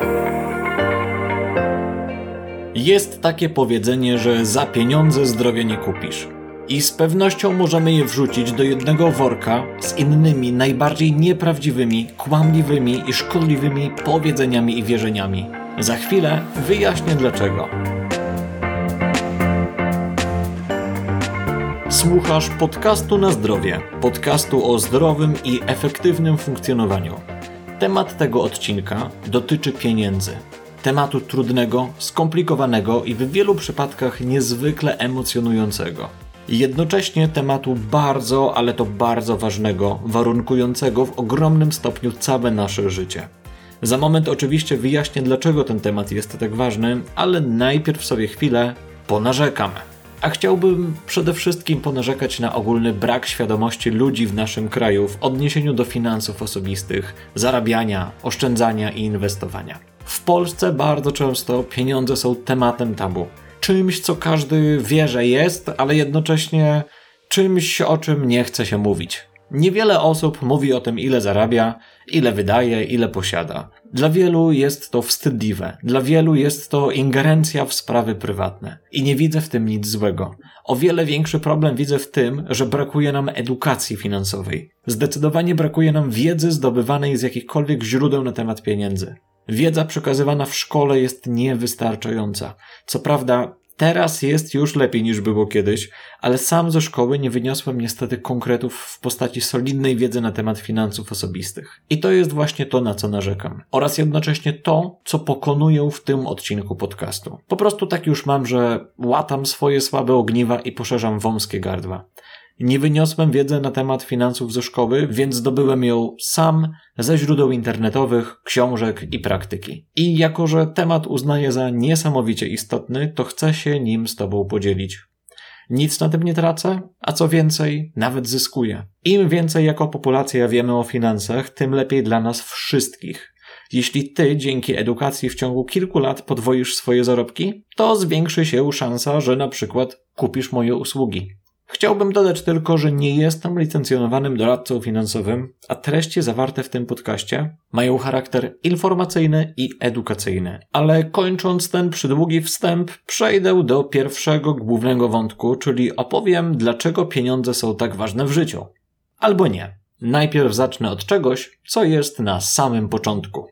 Jest takie powiedzenie, że za pieniądze zdrowia nie kupisz. I z pewnością możemy je wrzucić do jednego worka z innymi, najbardziej nieprawdziwymi, kłamliwymi i szkodliwymi powiedzeniami i wierzeniami. Za chwilę wyjaśnię dlaczego. Słuchasz podcastu na zdrowie, podcastu o zdrowym i efektywnym funkcjonowaniu. Temat tego odcinka dotyczy pieniędzy. Tematu trudnego, skomplikowanego i w wielu przypadkach niezwykle emocjonującego. Jednocześnie tematu bardzo, ale to bardzo ważnego, warunkującego w ogromnym stopniu całe nasze życie. Za moment oczywiście wyjaśnię, dlaczego ten temat jest tak ważny, ale najpierw sobie chwilę ponarzekam. A chciałbym przede wszystkim ponarzekać na ogólny brak świadomości ludzi w naszym kraju w odniesieniu do finansów osobistych, zarabiania, oszczędzania i inwestowania. W Polsce bardzo często pieniądze są tematem tabu. Czymś, co każdy wie, że jest, ale jednocześnie czymś, o czym nie chce się mówić. Niewiele osób mówi o tym, ile zarabia, ile wydaje, ile posiada. Dla wielu jest to wstydliwe, dla wielu jest to ingerencja w sprawy prywatne. I nie widzę w tym nic złego. O wiele większy problem widzę w tym, że brakuje nam edukacji finansowej. Zdecydowanie brakuje nam wiedzy zdobywanej z jakichkolwiek źródeł na temat pieniędzy. Wiedza przekazywana w szkole jest niewystarczająca. Co prawda, teraz jest już lepiej niż było kiedyś, ale sam ze szkoły nie wyniosłem niestety konkretów w postaci solidnej wiedzy na temat finansów osobistych. I to jest właśnie to, na co narzekam. Oraz jednocześnie to, co pokonuję w tym odcinku podcastu. Po prostu tak już mam, że łatam swoje słabe ogniwa i poszerzam wąskie gardła. Nie wyniosłem wiedzy na temat finansów ze szkoły, więc zdobyłem ją sam ze źródeł internetowych, książek i praktyki. I jako że temat uznaję za niesamowicie istotny, to chcę się nim z Tobą podzielić. Nic na tym nie tracę, a co więcej, nawet zyskuję. Im więcej jako populacja wiemy o finansach, tym lepiej dla nas wszystkich. Jeśli Ty dzięki edukacji w ciągu kilku lat podwoisz swoje zarobki, to zwiększy się szansa, że na przykład kupisz moje usługi. Chciałbym dodać tylko, że nie jestem licencjonowanym doradcą finansowym, a treści zawarte w tym podcaście mają charakter informacyjny i edukacyjny. Ale kończąc ten przydługi wstęp, przejdę do pierwszego głównego wątku, czyli opowiem, dlaczego pieniądze są tak ważne w życiu. Albo nie. Najpierw zacznę od czegoś, co jest na samym początku.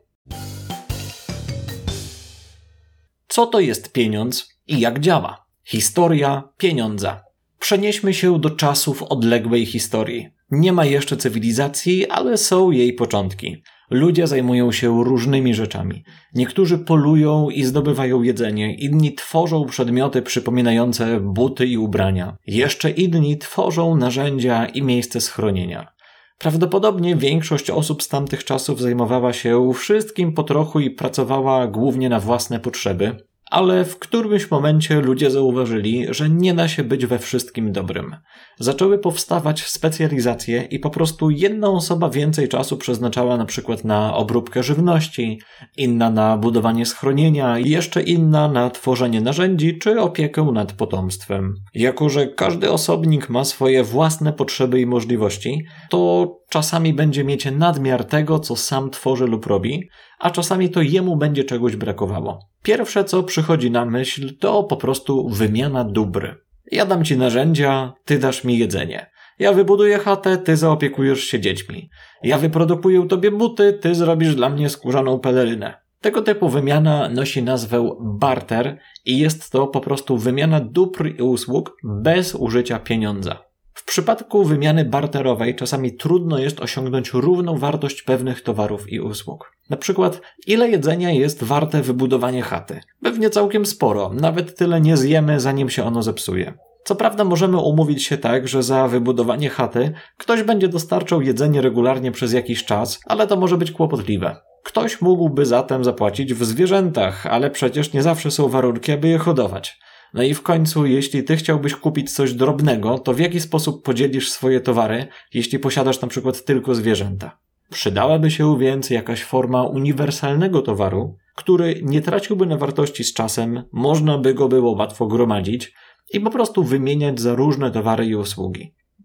Co to jest pieniądz i jak działa? Historia pieniądza. Przenieśmy się do czasów odległej historii. Nie ma jeszcze cywilizacji, ale są jej początki. Ludzie zajmują się różnymi rzeczami. Niektórzy polują i zdobywają jedzenie, inni tworzą przedmioty przypominające buty i ubrania. Jeszcze inni tworzą narzędzia i miejsce schronienia. Prawdopodobnie większość osób z tamtych czasów zajmowała się wszystkim po trochu i pracowała głównie na własne potrzeby. Ale w którymś momencie ludzie zauważyli, że nie da się być we wszystkim dobrym. Zaczęły powstawać specjalizacje i po prostu jedna osoba więcej czasu przeznaczała na przykład na obróbkę żywności, inna na budowanie schronienia, jeszcze inna na tworzenie narzędzi czy opiekę nad potomstwem. Jako że każdy osobnik ma swoje własne potrzeby i możliwości, to czasami będzie mieć nadmiar tego, co sam tworzy lub robi, a czasami to jemu będzie czegoś brakowało. Pierwsze, co przychodzi na myśl, to po prostu wymiana dóbr. Ja dam ci narzędzia, ty dasz mi jedzenie. Ja wybuduję chatę, ty zaopiekujesz się dziećmi. Ja wyprodukuję tobie buty, ty zrobisz dla mnie skórzaną pelerynę. Tego typu wymiana nosi nazwę barter i jest to po prostu wymiana dóbr i usług bez użycia pieniądza. W przypadku wymiany barterowej czasami trudno jest osiągnąć równą wartość pewnych towarów i usług. Na przykład, ile jedzenia jest warte wybudowanie chaty? Pewnie całkiem sporo, nawet tyle nie zjemy, zanim się ono zepsuje. Co prawda możemy umówić się tak, że za wybudowanie chaty ktoś będzie dostarczał jedzenie regularnie przez jakiś czas, ale to może być kłopotliwe. Ktoś mógłby zatem zapłacić w zwierzętach, ale przecież nie zawsze są warunki, aby je hodować. No i w końcu, jeśli ty chciałbyś kupić coś drobnego, to w jaki sposób podzielisz swoje towary, jeśli posiadasz na przykład tylko zwierzęta? Przydałaby się więc jakaś forma uniwersalnego towaru, który nie traciłby na wartości z czasem, można by go było łatwo gromadzić i po prostu wymieniać za różne towary i usługi.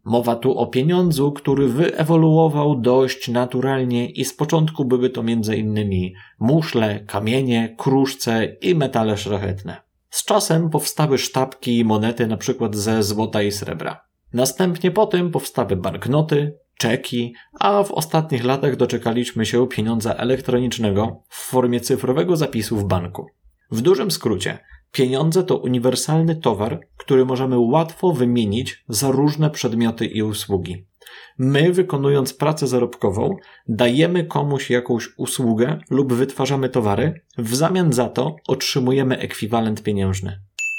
Mowa tu o pieniądzu, który wyewoluował dość naturalnie i z początku były to m.in. muszle, kamienie, kruszce i metale szlachetne. Z czasem powstały sztabki i monety np. ze złota i srebra. Następnie po tym powstały banknoty, czeki, a w ostatnich latach doczekaliśmy się pieniądza elektronicznego w formie cyfrowego zapisu w banku. W dużym skrócie, pieniądze to uniwersalny towar, który możemy łatwo wymienić za różne przedmioty i usługi. My, wykonując pracę zarobkową, dajemy komuś jakąś usługę lub wytwarzamy towary, w zamian za to otrzymujemy ekwiwalent pieniężny.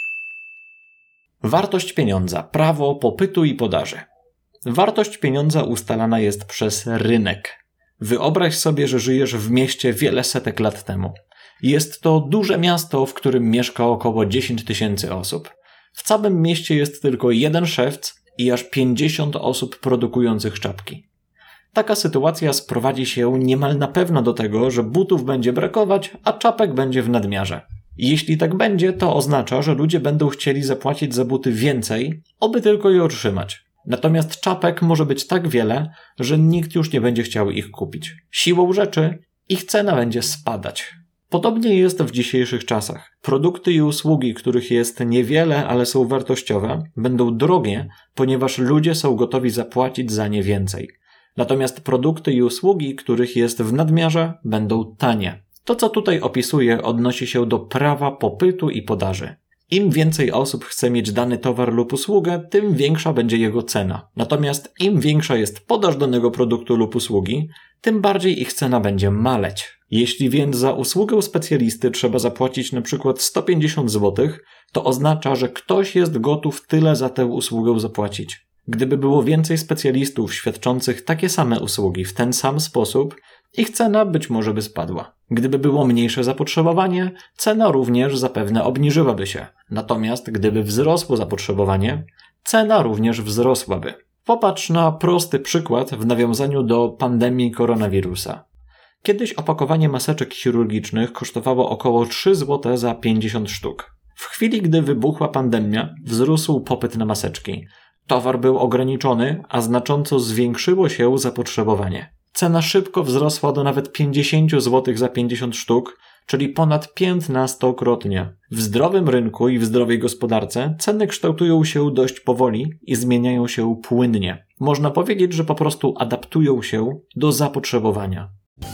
Wartość pieniądza, prawo popytu i podaży. Wartość pieniądza ustalana jest przez rynek. Wyobraź sobie, że żyjesz w mieście wiele setek lat temu. Jest to duże miasto, w którym mieszka około 10 000 osób. W całym mieście jest tylko jeden szewc i aż 50 osób produkujących czapki. Taka sytuacja sprowadzi się niemal na pewno do tego, że butów będzie brakować, a czapek będzie w nadmiarze. Jeśli tak będzie, to oznacza, że ludzie będą chcieli zapłacić za buty więcej, oby tylko je otrzymać. Natomiast czapek może być tak wiele, że nikt już nie będzie chciał ich kupić. Siłą rzeczy ich cena będzie spadać. Podobnie jest w dzisiejszych czasach. Produkty i usługi, których jest niewiele, ale są wartościowe, będą drogie, ponieważ ludzie są gotowi zapłacić za nie więcej. Natomiast produkty i usługi, których jest w nadmiarze, będą tanie. To, co tutaj opisuję, odnosi się do prawa popytu i podaży. Im więcej osób chce mieć dany towar lub usługę, tym większa będzie jego cena. Natomiast im większa jest podaż danego produktu lub usługi, tym bardziej ich cena będzie maleć. Jeśli więc za usługę specjalisty trzeba zapłacić np. 150 zł, to oznacza, że ktoś jest gotów tyle za tę usługę zapłacić. Gdyby było więcej specjalistów świadczących takie same usługi w ten sam sposób, ich cena być może by spadła. Gdyby było mniejsze zapotrzebowanie, cena również zapewne obniżyłaby się. Natomiast gdyby wzrosło zapotrzebowanie, cena również wzrosłaby. Popatrz na prosty przykład w nawiązaniu do pandemii koronawirusa. Kiedyś opakowanie maseczek chirurgicznych kosztowało około 3 zł za 50 sztuk. W chwili, gdy wybuchła pandemia, wzrósł popyt na maseczki. Towar był ograniczony, a znacząco zwiększyło się zapotrzebowanie. Cena szybko wzrosła do nawet 50 zł za 50 sztuk, czyli ponad 15-krotnie. W zdrowym rynku i w zdrowej gospodarce ceny kształtują się dość powoli i zmieniają się płynnie. Można powiedzieć, że po prostu adaptują się do zapotrzebowania.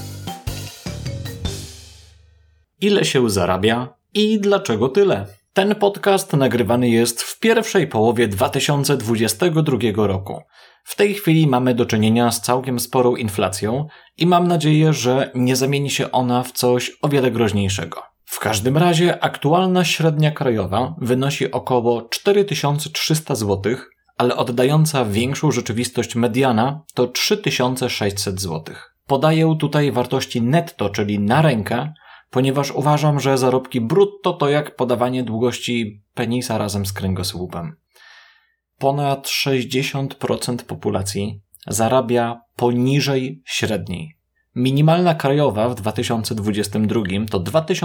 Ile się zarabia i dlaczego tyle? Ten podcast nagrywany jest w pierwszej połowie 2022 roku. W tej chwili mamy do czynienia z całkiem sporą inflacją i mam nadzieję, że nie zamieni się ona w coś o wiele groźniejszego. W każdym razie aktualna średnia krajowa wynosi około 4300 zł, ale oddająca większą rzeczywistość mediana to 3600 zł. Podaję tutaj wartości netto, czyli na rękę, ponieważ uważam, że zarobki brutto to jak podawanie długości penisa razem z kręgosłupem. Ponad 60% populacji zarabia poniżej średniej. Minimalna krajowa w 2022 to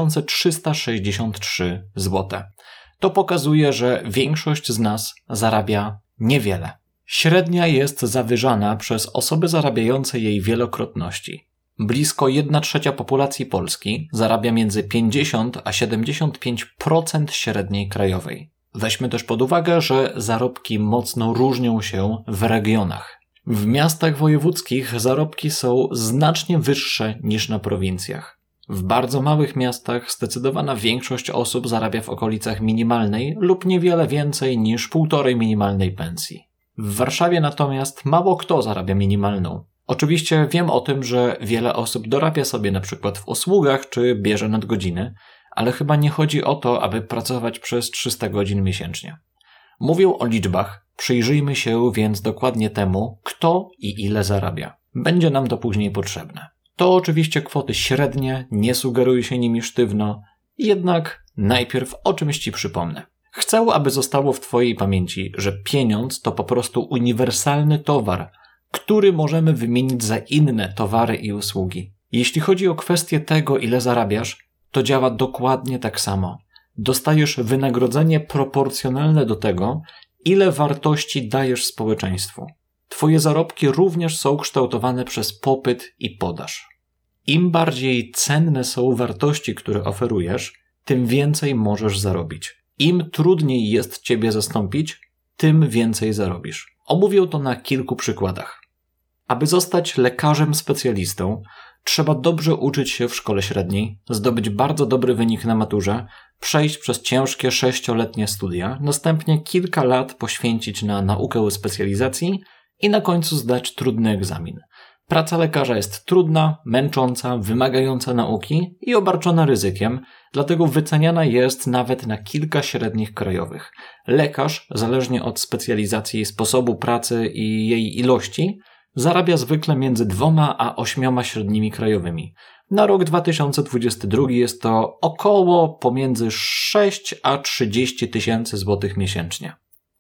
2363 zł. To pokazuje, że większość z nas zarabia niewiele. Średnia jest zawyżana przez osoby zarabiające jej wielokrotności. Blisko 1/3 populacji Polski zarabia między 50 a 75% średniej krajowej. Weźmy też pod uwagę, że zarobki mocno różnią się w regionach. W miastach wojewódzkich zarobki są znacznie wyższe niż na prowincjach. W bardzo małych miastach zdecydowana większość osób zarabia w okolicach minimalnej lub niewiele więcej niż 1,5 minimalnej pensji. W Warszawie natomiast mało kto zarabia minimalną. Oczywiście wiem o tym, że wiele osób dorabia sobie na przykład w usługach czy bierze nadgodziny, ale chyba nie chodzi o to, aby pracować przez 300 godzin miesięcznie. Mówię o liczbach, przyjrzyjmy się więc dokładnie temu, kto i ile zarabia. Będzie nam to później potrzebne. To oczywiście kwoty średnie, nie sugeruj się nimi sztywno, jednak najpierw o czymś Ci przypomnę. Chcę, aby zostało w Twojej pamięci, że pieniądz to po prostu uniwersalny towar, który możemy wymienić za inne towary i usługi. Jeśli chodzi o kwestię tego, ile zarabiasz, to działa dokładnie tak samo. Dostajesz wynagrodzenie proporcjonalne do tego, ile wartości dajesz społeczeństwu. Twoje zarobki również są kształtowane przez popyt i podaż. Im bardziej cenne są wartości, które oferujesz, tym więcej możesz zarobić. Im trudniej jest Ciebie zastąpić, tym więcej zarobisz. Omówię to na kilku przykładach. Aby zostać lekarzem specjalistą, trzeba dobrze uczyć się w szkole średniej, zdobyć bardzo dobry wynik na maturze, przejść przez ciężkie 6-letnie studia, następnie kilka lat poświęcić na naukę specjalizacji i na końcu zdać trudny egzamin. Praca lekarza jest trudna, męcząca, wymagająca nauki i obarczona ryzykiem, dlatego wyceniana jest nawet na kilka średnich krajowych. Lekarz, zależnie od specjalizacji, sposobu pracy i jej ilości, zarabia zwykle między 2 a 8 średnimi krajowymi. Na rok 2022 jest to około pomiędzy 6 a 30 tysięcy złotych miesięcznie.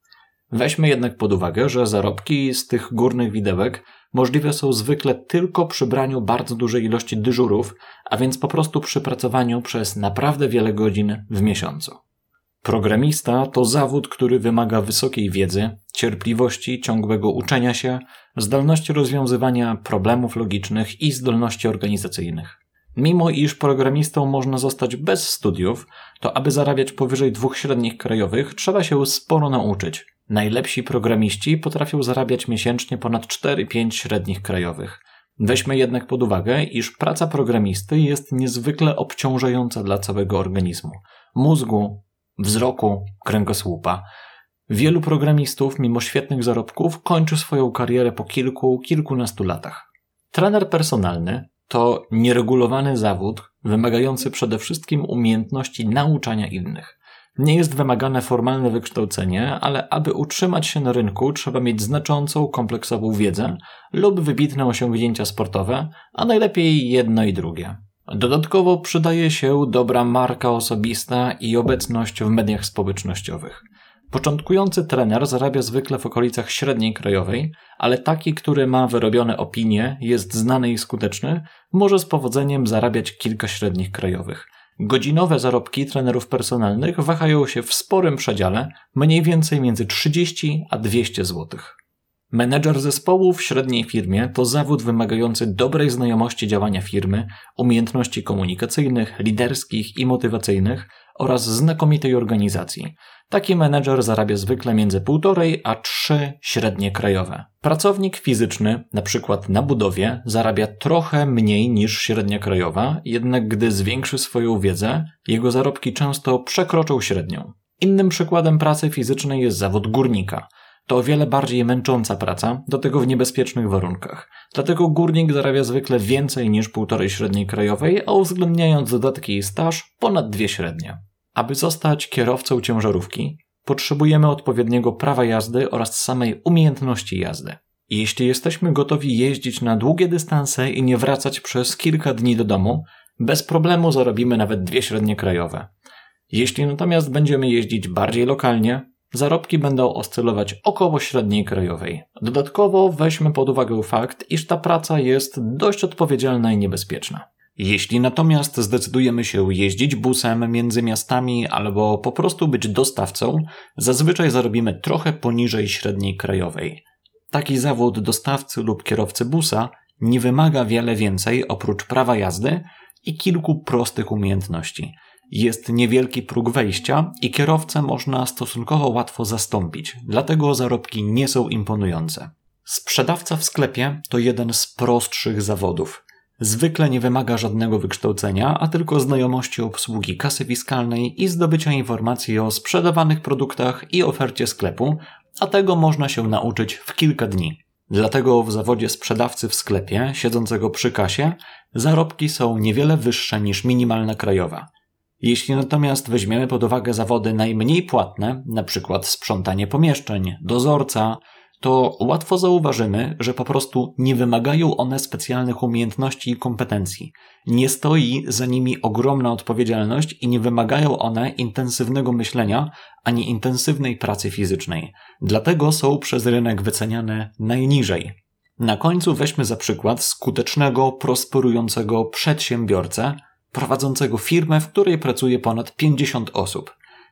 Weźmy jednak pod uwagę, że zarobki z tych górnych widełek możliwe są zwykle tylko przy braniu bardzo dużej ilości dyżurów, a więc po prostu przy pracowaniu przez naprawdę wiele godzin w miesiącu. Programista to zawód, który wymaga wysokiej wiedzy, cierpliwości, ciągłego uczenia się, zdolności rozwiązywania problemów logicznych i zdolności organizacyjnych. Mimo iż programistą można zostać bez studiów, to aby zarabiać powyżej 2 średnich krajowych, trzeba się sporo nauczyć. Najlepsi programiści potrafią zarabiać miesięcznie ponad 4-5 średnich krajowych. Weźmy jednak pod uwagę, iż praca programisty jest niezwykle obciążająca dla całego organizmu, mózgu, wzroku, kręgosłupa. Wielu programistów, mimo świetnych zarobków, kończy swoją karierę po kilkunastu latach. Trener personalny to nieregulowany zawód wymagający przede wszystkim umiejętności nauczania innych. Nie jest wymagane formalne wykształcenie, ale aby utrzymać się na rynku, trzeba mieć znaczącą, kompleksową wiedzę lub wybitne osiągnięcia sportowe, a najlepiej jedno i drugie. Dodatkowo przydaje się dobra marka osobista i obecność w mediach społecznościowych. Początkujący trener zarabia zwykle w okolicach średniej krajowej, ale taki, który ma wyrobione opinie, jest znany i skuteczny, może z powodzeniem zarabiać kilka średnich krajowych. Godzinowe zarobki trenerów personalnych wahają się w sporym przedziale, mniej więcej między 30 a 200 zł. Menedżer zespołu w średniej firmie to zawód wymagający dobrej znajomości działania firmy, umiejętności komunikacyjnych, liderskich i motywacyjnych oraz znakomitej organizacji. Taki menedżer zarabia zwykle między 1,5 a 3 średnie krajowe. Pracownik fizyczny, np. na budowie, zarabia trochę mniej niż średnia krajowa, jednak gdy zwiększy swoją wiedzę, jego zarobki często przekroczą średnią. Innym przykładem pracy fizycznej jest zawód górnika. To o wiele bardziej męcząca praca, do tego w niebezpiecznych warunkach. Dlatego górnik zarabia zwykle więcej niż 1,5 średniej krajowej, a uwzględniając dodatki i staż, ponad 2 średnie. Aby zostać kierowcą ciężarówki, potrzebujemy odpowiedniego prawa jazdy oraz samej umiejętności jazdy. Jeśli jesteśmy gotowi jeździć na długie dystanse i nie wracać przez kilka dni do domu, bez problemu zarobimy nawet 2 średnie krajowe. Jeśli natomiast będziemy jeździć bardziej lokalnie, zarobki będą oscylować około średniej krajowej. Dodatkowo weźmy pod uwagę fakt, iż ta praca jest dość odpowiedzialna i niebezpieczna. Jeśli natomiast zdecydujemy się jeździć busem między miastami albo po prostu być dostawcą, zazwyczaj zarobimy trochę poniżej średniej krajowej. Taki zawód dostawcy lub kierowcy busa nie wymaga wiele więcej oprócz prawa jazdy i kilku prostych umiejętności. Jest niewielki próg wejścia i kierowcę można stosunkowo łatwo zastąpić, dlatego zarobki nie są imponujące. Sprzedawca w sklepie to jeden z prostszych zawodów. Zwykle nie wymaga żadnego wykształcenia, a tylko znajomości obsługi kasy fiskalnej i zdobycia informacji o sprzedawanych produktach i ofercie sklepu, a tego można się nauczyć w kilka dni. Dlatego w zawodzie sprzedawcy w sklepie, siedzącego przy kasie, zarobki są niewiele wyższe niż minimalna krajowa. Jeśli natomiast weźmiemy pod uwagę zawody najmniej płatne, np. sprzątanie pomieszczeń, dozorca, to łatwo zauważymy, że po prostu nie wymagają one specjalnych umiejętności i kompetencji. Nie stoi za nimi ogromna odpowiedzialność i nie wymagają one intensywnego myślenia ani intensywnej pracy fizycznej. Dlatego są przez rynek wyceniane najniżej. Na końcu weźmy za przykład skutecznego, prosperującego przedsiębiorcę, prowadzącego firmę, w której pracuje ponad 50 osób.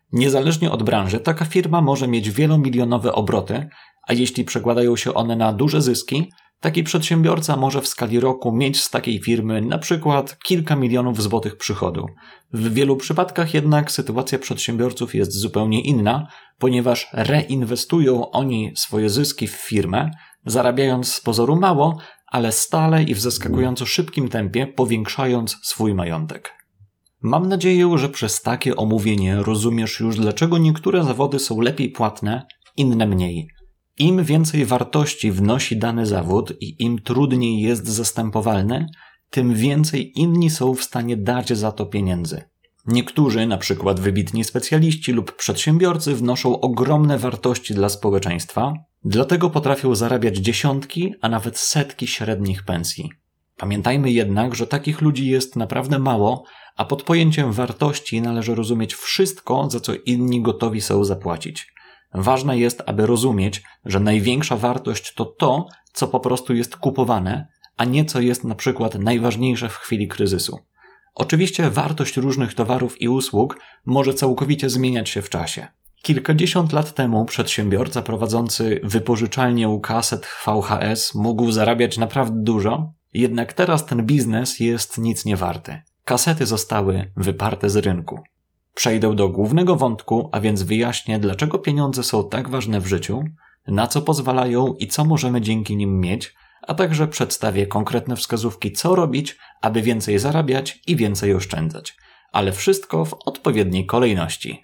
Niezależnie od branży, taka firma może mieć wielomilionowe obroty, a jeśli przekładają się one na duże zyski, taki przedsiębiorca może w skali roku mieć z takiej firmy na przykład kilka milionów złotych przychodu. W wielu przypadkach jednak sytuacja przedsiębiorców jest zupełnie inna, ponieważ reinwestują oni swoje zyski w firmę, zarabiając z pozoru mało, ale stale i w zaskakująco szybkim tempie powiększając swój majątek. Mam nadzieję, że przez takie omówienie rozumiesz już, dlaczego niektóre zawody są lepiej płatne, inne mniej. Im więcej wartości wnosi dany zawód i im trudniej jest zastępowalny, tym więcej inni są w stanie dać za to pieniędzy. Niektórzy, na przykład wybitni specjaliści lub przedsiębiorcy, wnoszą ogromne wartości dla społeczeństwa, dlatego potrafią zarabiać dziesiątki, a nawet setki średnich pensji. Pamiętajmy jednak, że takich ludzi jest naprawdę mało, a pod pojęciem wartości należy rozumieć wszystko, za co inni gotowi są zapłacić. Ważne jest, aby rozumieć, że największa wartość to to, co po prostu jest kupowane, a nie co jest na przykład najważniejsze w chwili kryzysu. Oczywiście wartość różnych towarów i usług może całkowicie zmieniać się w czasie. Kilkadziesiąt lat temu przedsiębiorca prowadzący wypożyczalnię kaset VHS mógł zarabiać naprawdę dużo, jednak teraz ten biznes jest nic nie warty. Kasety zostały wyparte z rynku. Przejdę do głównego wątku, a więc wyjaśnię, dlaczego pieniądze są tak ważne w życiu, na co pozwalają i co możemy dzięki nim mieć, a także przedstawię konkretne wskazówki, co robić, aby więcej zarabiać i więcej oszczędzać. Ale wszystko w odpowiedniej kolejności.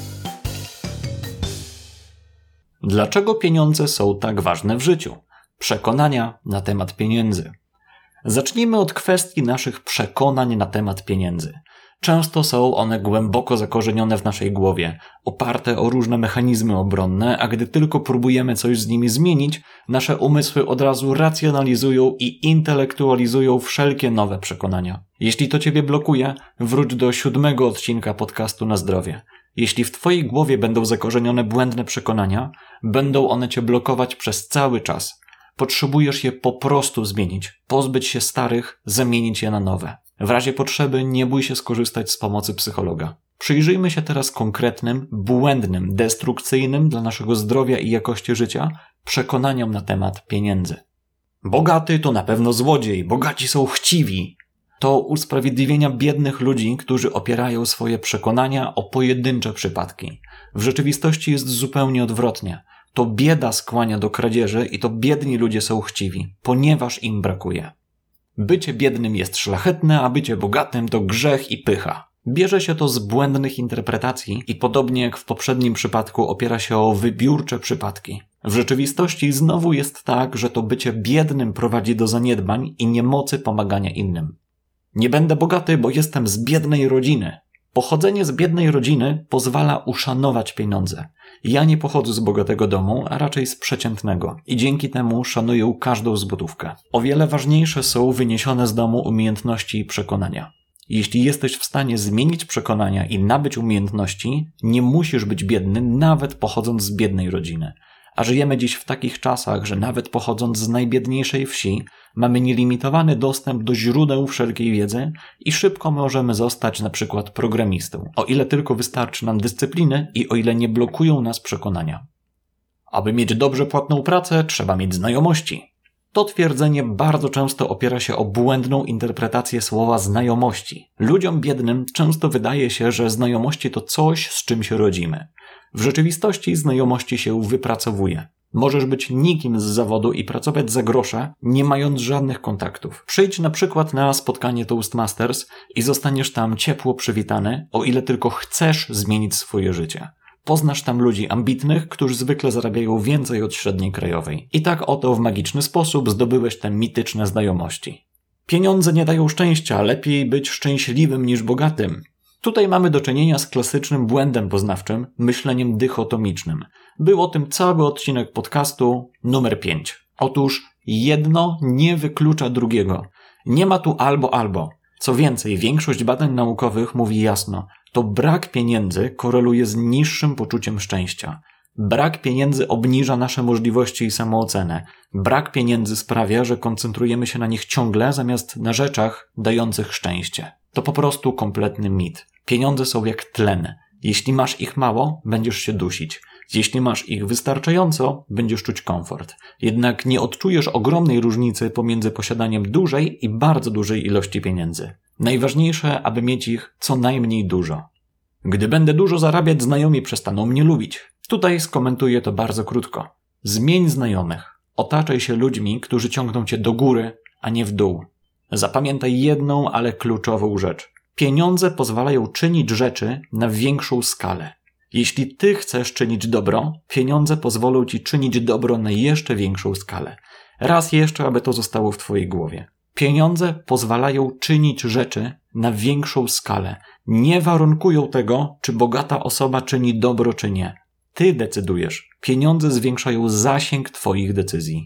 Dlaczego pieniądze są tak ważne w życiu? Przekonania na temat pieniędzy. Zacznijmy od kwestii naszych przekonań na temat pieniędzy. Często są one głęboko zakorzenione w naszej głowie, oparte o różne mechanizmy obronne, a gdy tylko próbujemy coś z nimi zmienić, nasze umysły od razu racjonalizują i intelektualizują wszelkie nowe przekonania. Jeśli to Ciebie blokuje, wróć do 7. odcinka podcastu Na Zdrowie. Jeśli w Twojej głowie będą zakorzenione błędne przekonania, będą one Cię blokować przez cały czas. Potrzebujesz je po prostu zmienić, pozbyć się starych, zamienić je na nowe. W razie potrzeby nie bój się skorzystać z pomocy psychologa. Przyjrzyjmy się teraz konkretnym, błędnym, destrukcyjnym dla naszego zdrowia i jakości życia przekonaniom na temat pieniędzy. Bogaty to na pewno złodziej, bogaci są chciwi. To usprawiedliwienia biednych ludzi, którzy opierają swoje przekonania o pojedyncze przypadki. W rzeczywistości jest zupełnie odwrotnie. To bieda skłania do kradzieży i to biedni ludzie są chciwi, ponieważ im brakuje. Bycie biednym jest szlachetne, a bycie bogatym to grzech i pycha. Bierze się to z błędnych interpretacji i podobnie jak w poprzednim przypadku opiera się o wybiórcze przypadki. W rzeczywistości znowu jest tak, że to bycie biednym prowadzi do zaniedbań i niemocy pomagania innym. Nie będę bogaty, bo jestem z biednej rodziny. Pochodzenie z biednej rodziny pozwala uszanować pieniądze. Ja nie pochodzę z bogatego domu, a raczej z przeciętnego i dzięki temu szanuję każdą złotówkę. O wiele ważniejsze są wyniesione z domu umiejętności i przekonania. Jeśli jesteś w stanie zmienić przekonania i nabyć umiejętności, nie musisz być biedny, nawet pochodząc z biednej rodziny. A żyjemy dziś w takich czasach, że nawet pochodząc z najbiedniejszej wsi, mamy nielimitowany dostęp do źródeł wszelkiej wiedzy i szybko możemy zostać na przykład programistą, o ile tylko wystarczy nam dyscypliny i o ile nie blokują nas przekonania. Aby mieć dobrze płatną pracę, trzeba mieć znajomości. To twierdzenie bardzo często opiera się o błędną interpretację słowa znajomości. Ludziom biednym często wydaje się, że znajomości to coś, z czym się rodzimy. W rzeczywistości znajomości się wypracowuje. Możesz być nikim z zawodu i pracować za grosze, nie mając żadnych kontaktów. Przyjdź na przykład na spotkanie Toastmasters i zostaniesz tam ciepło przywitany, o ile tylko chcesz zmienić swoje życie. Poznasz tam ludzi ambitnych, którzy zwykle zarabiają więcej od średniej krajowej. I tak oto w magiczny sposób zdobyłeś te mityczne znajomości. Pieniądze nie dają szczęścia, lepiej być szczęśliwym niż bogatym. Tutaj mamy do czynienia z klasycznym błędem poznawczym, myśleniem dychotomicznym. Był o tym cały odcinek podcastu numer 5. Otóż jedno nie wyklucza drugiego. Nie ma tu albo. Co więcej, większość badań naukowych mówi jasno, to brak pieniędzy koreluje z niższym poczuciem szczęścia. Brak pieniędzy obniża nasze możliwości i samoocenę. Brak pieniędzy sprawia, że koncentrujemy się na nich ciągle, zamiast na rzeczach dających szczęście. To po prostu kompletny mit. Pieniądze są jak tlen. Jeśli masz ich mało, będziesz się dusić. Jeśli masz ich wystarczająco, będziesz czuć komfort. Jednak nie odczujesz ogromnej różnicy pomiędzy posiadaniem dużej i bardzo dużej ilości pieniędzy. Najważniejsze, aby mieć ich co najmniej dużo. Gdy będę dużo zarabiać, znajomi przestaną mnie lubić. Tutaj skomentuję to bardzo krótko. Zmień znajomych. Otaczaj się ludźmi, którzy ciągną cię do góry, a nie w dół. Zapamiętaj jedną, ale kluczową rzecz. Pieniądze pozwalają czynić rzeczy na większą skalę. Jeśli ty chcesz czynić dobro, pieniądze pozwolą ci czynić dobro na jeszcze większą skalę. Raz jeszcze, aby to zostało w twojej głowie. Pieniądze pozwalają czynić rzeczy na większą skalę. Nie warunkują tego, czy bogata osoba czyni dobro, czy nie. Ty decydujesz. Pieniądze zwiększają zasięg twoich decyzji.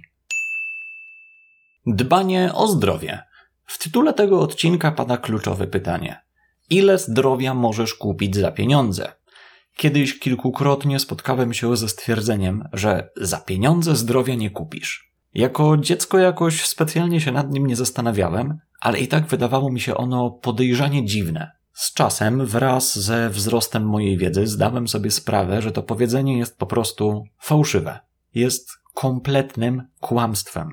Dbanie o zdrowie. W tytule tego odcinka pada kluczowe pytanie. Ile zdrowia możesz kupić za pieniądze? Kiedyś kilkukrotnie spotkałem się ze stwierdzeniem, że za pieniądze zdrowia nie kupisz. Jako dziecko jakoś specjalnie się nad nim nie zastanawiałem, ale i tak wydawało mi się ono podejrzanie dziwne. Z czasem, wraz ze wzrostem mojej wiedzy, zdałem sobie sprawę, że to powiedzenie jest po prostu fałszywe. Jest kompletnym kłamstwem.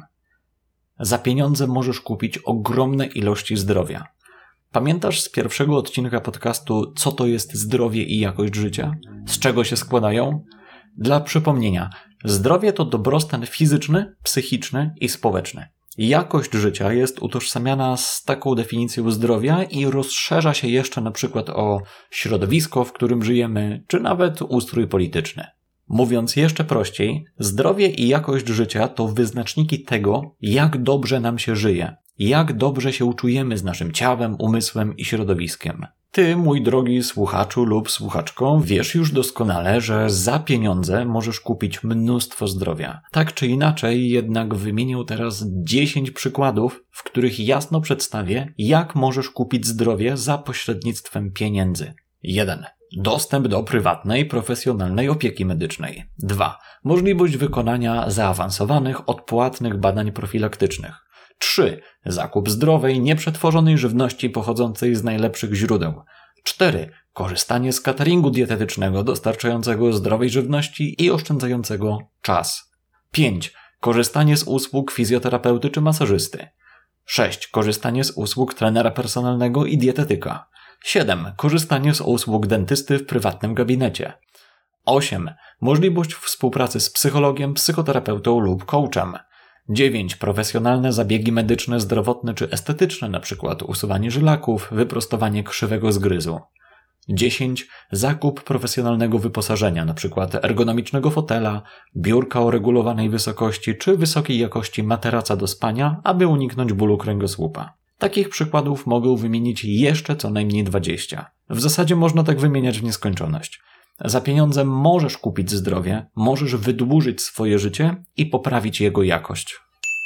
Za pieniądze możesz kupić ogromne ilości zdrowia. Pamiętasz z pierwszego odcinka podcastu, co to jest zdrowie i jakość życia? Z czego się składają? Dla przypomnienia, zdrowie to dobrostan fizyczny, psychiczny i społeczny. Jakość życia jest utożsamiana z taką definicją zdrowia i rozszerza się jeszcze na przykład o środowisko, w którym żyjemy, czy nawet ustrój polityczny. Mówiąc jeszcze prościej, zdrowie i jakość życia to wyznaczniki tego, jak dobrze nam się żyje, jak dobrze się czujemy z naszym ciałem, umysłem i środowiskiem. Ty, mój drogi słuchaczu lub słuchaczko, wiesz już doskonale, że za pieniądze możesz kupić mnóstwo zdrowia. Tak czy inaczej, jednak wymienię teraz 10 przykładów, w których jasno przedstawię, jak możesz kupić zdrowie za pośrednictwem pieniędzy. 1. Dostęp do prywatnej, profesjonalnej opieki medycznej. 2. Możliwość wykonania zaawansowanych, odpłatnych badań profilaktycznych. 3. Zakup zdrowej, nieprzetworzonej żywności pochodzącej z najlepszych źródeł. 4. Korzystanie z cateringu dietetycznego dostarczającego zdrowej żywności i oszczędzającego czas. 5. Korzystanie z usług fizjoterapeuty czy masażysty. 6. Korzystanie z usług trenera personalnego i dietetyka. 7. Korzystanie z usług dentysty w prywatnym gabinecie. 8. Możliwość współpracy z psychologiem, psychoterapeutą lub coachem. 9. Profesjonalne zabiegi medyczne, zdrowotne czy estetyczne, np. usuwanie żylaków, wyprostowanie krzywego zgryzu. 10. Zakup profesjonalnego wyposażenia, np. ergonomicznego fotela, biurka o regulowanej wysokości czy wysokiej jakości materaca do spania, aby uniknąć bólu kręgosłupa. Takich przykładów mogę wymienić jeszcze co najmniej 20. W zasadzie można tak wymieniać w nieskończoność. Za pieniądze możesz kupić zdrowie, możesz wydłużyć swoje życie i poprawić jego jakość.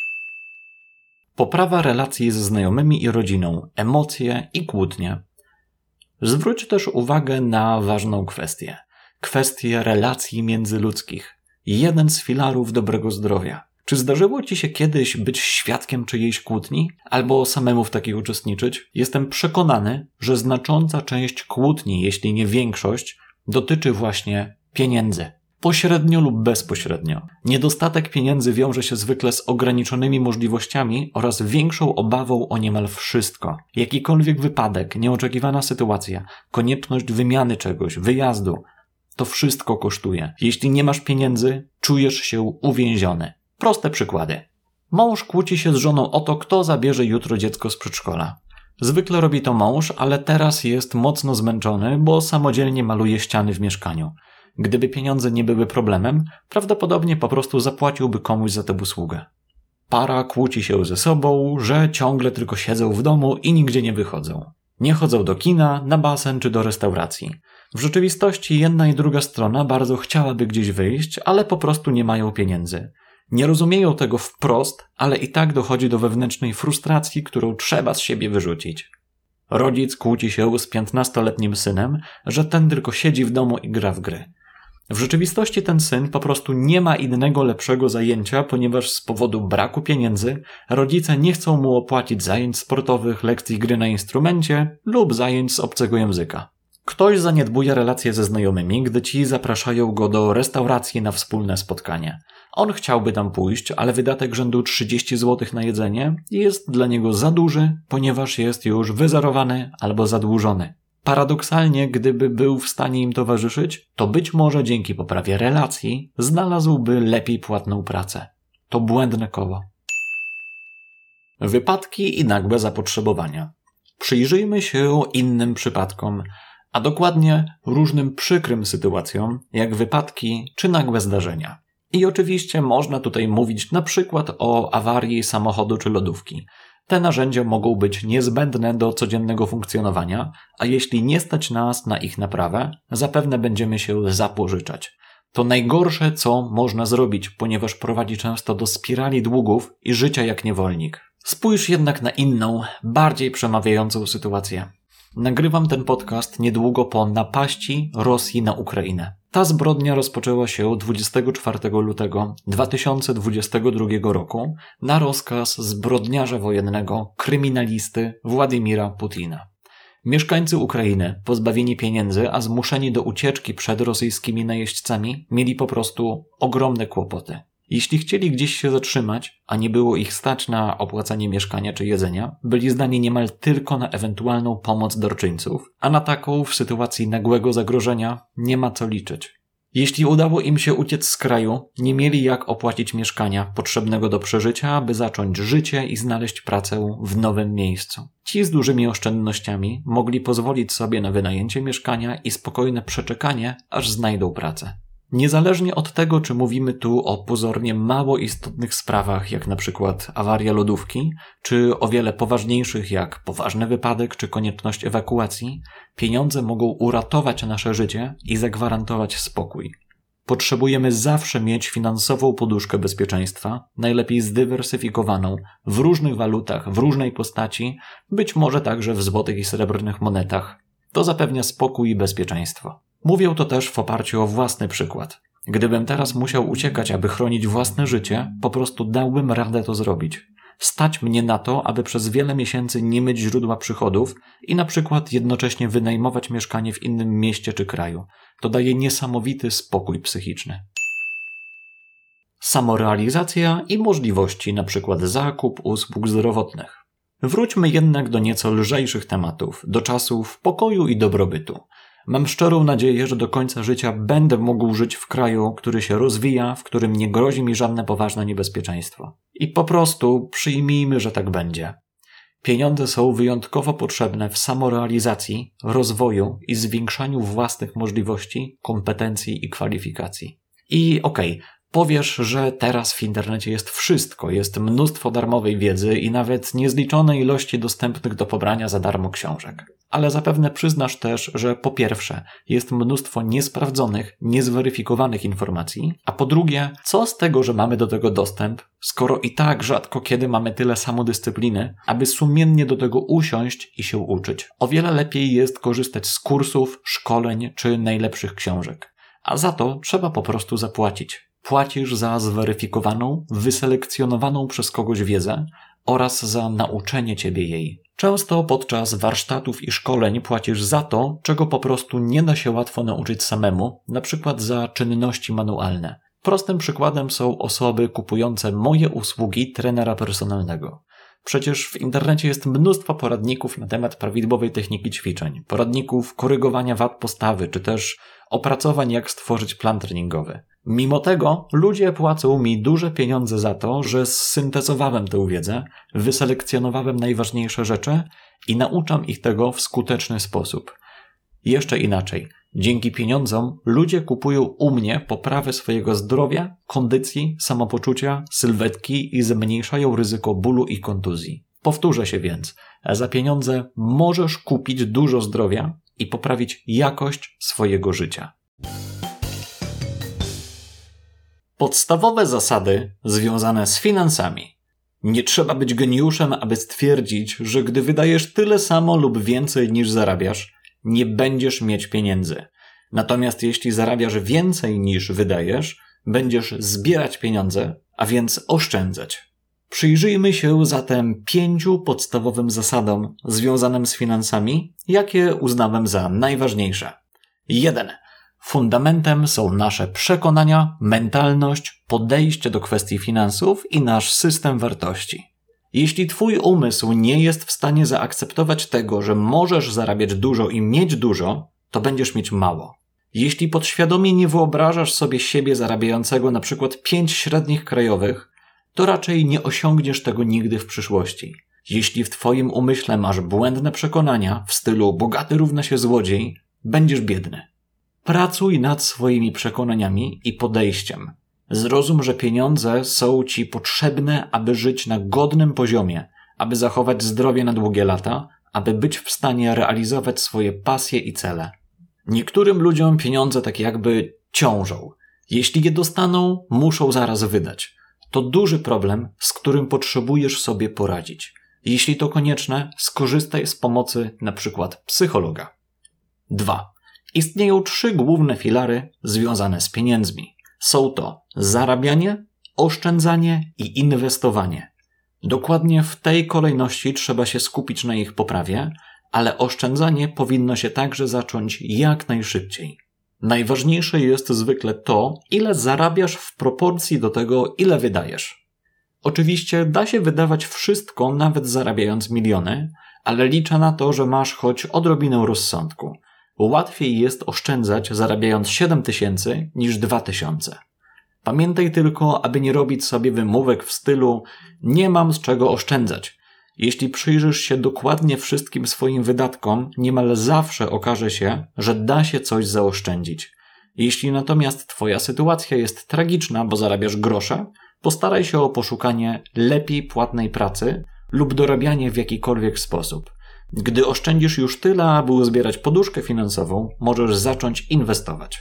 Poprawa relacji ze znajomymi i rodziną, emocje i kłótnie. Zwróć też uwagę na ważną kwestię. Kwestię relacji międzyludzkich. Jeden z filarów dobrego zdrowia. Czy zdarzyło ci się kiedyś być świadkiem czyjejś kłótni? Albo samemu w takiej uczestniczyć? Jestem przekonany, że znacząca część kłótni, jeśli nie większość, dotyczy właśnie pieniędzy. Pośrednio lub bezpośrednio. Niedostatek pieniędzy wiąże się zwykle z ograniczonymi możliwościami oraz większą obawą o niemal wszystko. Jakikolwiek wypadek, nieoczekiwana sytuacja, konieczność wymiany czegoś, wyjazdu, to wszystko kosztuje. Jeśli nie masz pieniędzy, czujesz się uwięziony. Proste przykłady. Mąż kłóci się z żoną o to, kto zabierze jutro dziecko z przedszkola. Zwykle robi to mąż, ale teraz jest mocno zmęczony, bo samodzielnie maluje ściany w mieszkaniu. Gdyby pieniądze nie były problemem, prawdopodobnie po prostu zapłaciłby komuś za tę usługę. Para kłóci się ze sobą, że ciągle tylko siedzą w domu i nigdzie nie wychodzą. Nie chodzą do kina, na basen czy do restauracji. W rzeczywistości jedna i druga strona bardzo chciałaby gdzieś wyjść, ale po prostu nie mają pieniędzy. Nie rozumieją tego wprost, ale i tak dochodzi do wewnętrznej frustracji, którą trzeba z siebie wyrzucić. Rodzic kłóci się z 15-letnim synem, że ten tylko siedzi w domu i gra w gry. W rzeczywistości ten syn po prostu nie ma innego lepszego zajęcia, ponieważ z powodu braku pieniędzy rodzice nie chcą mu opłacić zajęć sportowych, lekcji gry na instrumencie lub zajęć z obcego języka. Ktoś zaniedbuje relacje ze znajomymi, gdy ci zapraszają go do restauracji na wspólne spotkanie. On chciałby tam pójść, ale wydatek rzędu 30 zł na jedzenie jest dla niego za duży, ponieważ jest już wyzerowany albo zadłużony. Paradoksalnie, gdyby był w stanie im towarzyszyć, to być może dzięki poprawie relacji znalazłby lepiej płatną pracę. To błędne koło. Wypadki i nagłe zapotrzebowania. Przyjrzyjmy się innym przypadkom, a dokładnie różnym przykrym sytuacjom, jak wypadki czy nagłe zdarzenia. I oczywiście można tutaj mówić na przykład o awarii samochodu czy lodówki. Te narzędzia mogą być niezbędne do codziennego funkcjonowania, a jeśli nie stać nas na ich naprawę, zapewne będziemy się zapożyczać. To najgorsze, co można zrobić, ponieważ prowadzi często do spirali długów i życia jak niewolnik. Spójrz jednak na inną, bardziej przemawiającą sytuację. Nagrywam ten podcast niedługo po napaści Rosji na Ukrainę. Ta zbrodnia rozpoczęła się 24 lutego 2022 roku na rozkaz zbrodniarza wojennego, kryminalisty Władimira Putina. Mieszkańcy Ukrainy, pozbawieni pieniędzy, a zmuszeni do ucieczki przed rosyjskimi najeźdźcami, mieli po prostu ogromne kłopoty. Jeśli chcieli gdzieś się zatrzymać, a nie było ich stać na opłacanie mieszkania czy jedzenia, byli zdani niemal tylko na ewentualną pomoc darczyńców, a na taką w sytuacji nagłego zagrożenia nie ma co liczyć. Jeśli udało im się uciec z kraju, nie mieli jak opłacić mieszkania potrzebnego do przeżycia, aby zacząć życie i znaleźć pracę w nowym miejscu. Ci z dużymi oszczędnościami mogli pozwolić sobie na wynajęcie mieszkania i spokojne przeczekanie, aż znajdą pracę. Niezależnie od tego, czy mówimy tu o pozornie mało istotnych sprawach, jak na przykład awaria lodówki, czy o wiele poważniejszych, jak poważny wypadek czy konieczność ewakuacji, pieniądze mogą uratować nasze życie i zagwarantować spokój. Potrzebujemy zawsze mieć finansową poduszkę bezpieczeństwa, najlepiej zdywersyfikowaną, w różnych walutach, w różnej postaci, być może także w złotych i srebrnych monetach. To zapewnia spokój i bezpieczeństwo. Mówię to też w oparciu o własny przykład. Gdybym teraz musiał uciekać, aby chronić własne życie, po prostu dałbym radę to zrobić. Stać mnie na to, aby przez wiele miesięcy nie mieć źródła przychodów i na przykład jednocześnie wynajmować mieszkanie w innym mieście czy kraju. To daje niesamowity spokój psychiczny. Samorealizacja i możliwości, na przykład zakup usług zdrowotnych. Wróćmy jednak do nieco lżejszych tematów, do czasów pokoju i dobrobytu. Mam szczerą nadzieję, że do końca życia będę mógł żyć w kraju, który się rozwija, w którym nie grozi mi żadne poważne niebezpieczeństwo. I po prostu przyjmijmy, że tak będzie. Pieniądze są wyjątkowo potrzebne w samorealizacji, rozwoju i zwiększaniu własnych możliwości, kompetencji i kwalifikacji. I powiesz, że teraz w internecie jest wszystko, jest mnóstwo darmowej wiedzy i nawet niezliczone ilości dostępnych do pobrania za darmo książek. Ale zapewne przyznasz też, że po pierwsze jest mnóstwo niesprawdzonych, niezweryfikowanych informacji, a po drugie, co z tego, że mamy do tego dostęp, skoro i tak rzadko kiedy mamy tyle samodyscypliny, aby sumiennie do tego usiąść i się uczyć. O wiele lepiej jest korzystać z kursów, szkoleń czy najlepszych książek. A za to trzeba po prostu zapłacić. Płacisz za zweryfikowaną, wyselekcjonowaną przez kogoś wiedzę oraz za nauczenie ciebie jej. Często podczas warsztatów i szkoleń płacisz za to, czego po prostu nie da się łatwo nauczyć samemu, na przykład za czynności manualne. Prostym przykładem są osoby kupujące moje usługi trenera personalnego. Przecież w internecie jest mnóstwo poradników na temat prawidłowej techniki ćwiczeń, poradników korygowania wad postawy, czy też opracowań, jak stworzyć plan treningowy. Mimo tego ludzie płacą mi duże pieniądze za to, że zsyntezowałem tę wiedzę, wyselekcjonowałem najważniejsze rzeczy i nauczam ich tego w skuteczny sposób. Jeszcze inaczej. Dzięki pieniądzom ludzie kupują u mnie poprawę swojego zdrowia, kondycji, samopoczucia, sylwetki i zmniejszają ryzyko bólu i kontuzji. Powtórzę się więc, za pieniądze możesz kupić dużo zdrowia i poprawić jakość swojego życia. Podstawowe zasady związane z finansami. Nie trzeba być geniuszem, aby stwierdzić, że gdy wydajesz tyle samo lub więcej niż zarabiasz, nie będziesz mieć pieniędzy. Natomiast jeśli zarabiasz więcej niż wydajesz, będziesz zbierać pieniądze, a więc oszczędzać. Przyjrzyjmy się zatem 5 podstawowym zasadom związanym z finansami, jakie uznałem za najważniejsze. 1. Fundamentem są nasze przekonania, mentalność, podejście do kwestii finansów i nasz system wartości. Jeśli twój umysł nie jest w stanie zaakceptować tego, że możesz zarabiać dużo i mieć dużo, to będziesz mieć mało. Jeśli podświadomie nie wyobrażasz sobie siebie zarabiającego na przykład 5 średnich krajowych, to raczej nie osiągniesz tego nigdy w przyszłości. Jeśli w twoim umyśle masz błędne przekonania w stylu bogaty równa się złodziej, będziesz biedny. Pracuj nad swoimi przekonaniami i podejściem. Zrozum, że pieniądze są ci potrzebne, aby żyć na godnym poziomie, aby zachować zdrowie na długie lata, aby być w stanie realizować swoje pasje i cele. Niektórym ludziom pieniądze tak jakby ciążą. Jeśli je dostaną, muszą zaraz wydać. To duży problem, z którym potrzebujesz sobie poradzić. Jeśli to konieczne, skorzystaj z pomocy np. psychologa. 2. Istnieją 3 główne filary związane z pieniędzmi. Są to zarabianie, oszczędzanie i inwestowanie. Dokładnie w tej kolejności trzeba się skupić na ich poprawie, ale oszczędzanie powinno się także zacząć jak najszybciej. Najważniejsze jest zwykle to, ile zarabiasz w proporcji do tego, ile wydajesz. Oczywiście da się wydawać wszystko, nawet zarabiając miliony, ale liczę na to, że masz choć odrobinę rozsądku. Łatwiej jest oszczędzać zarabiając 7000 niż 2000. Pamiętaj tylko, aby nie robić sobie wymówek w stylu nie mam z czego oszczędzać. Jeśli przyjrzysz się dokładnie wszystkim swoim wydatkom, niemal zawsze okaże się, że da się coś zaoszczędzić. Jeśli natomiast twoja sytuacja jest tragiczna, bo zarabiasz grosze, postaraj się o poszukanie lepiej płatnej pracy lub dorabianie w jakikolwiek sposób. Gdy oszczędzisz już tyle, aby uzbierać poduszkę finansową, możesz zacząć inwestować.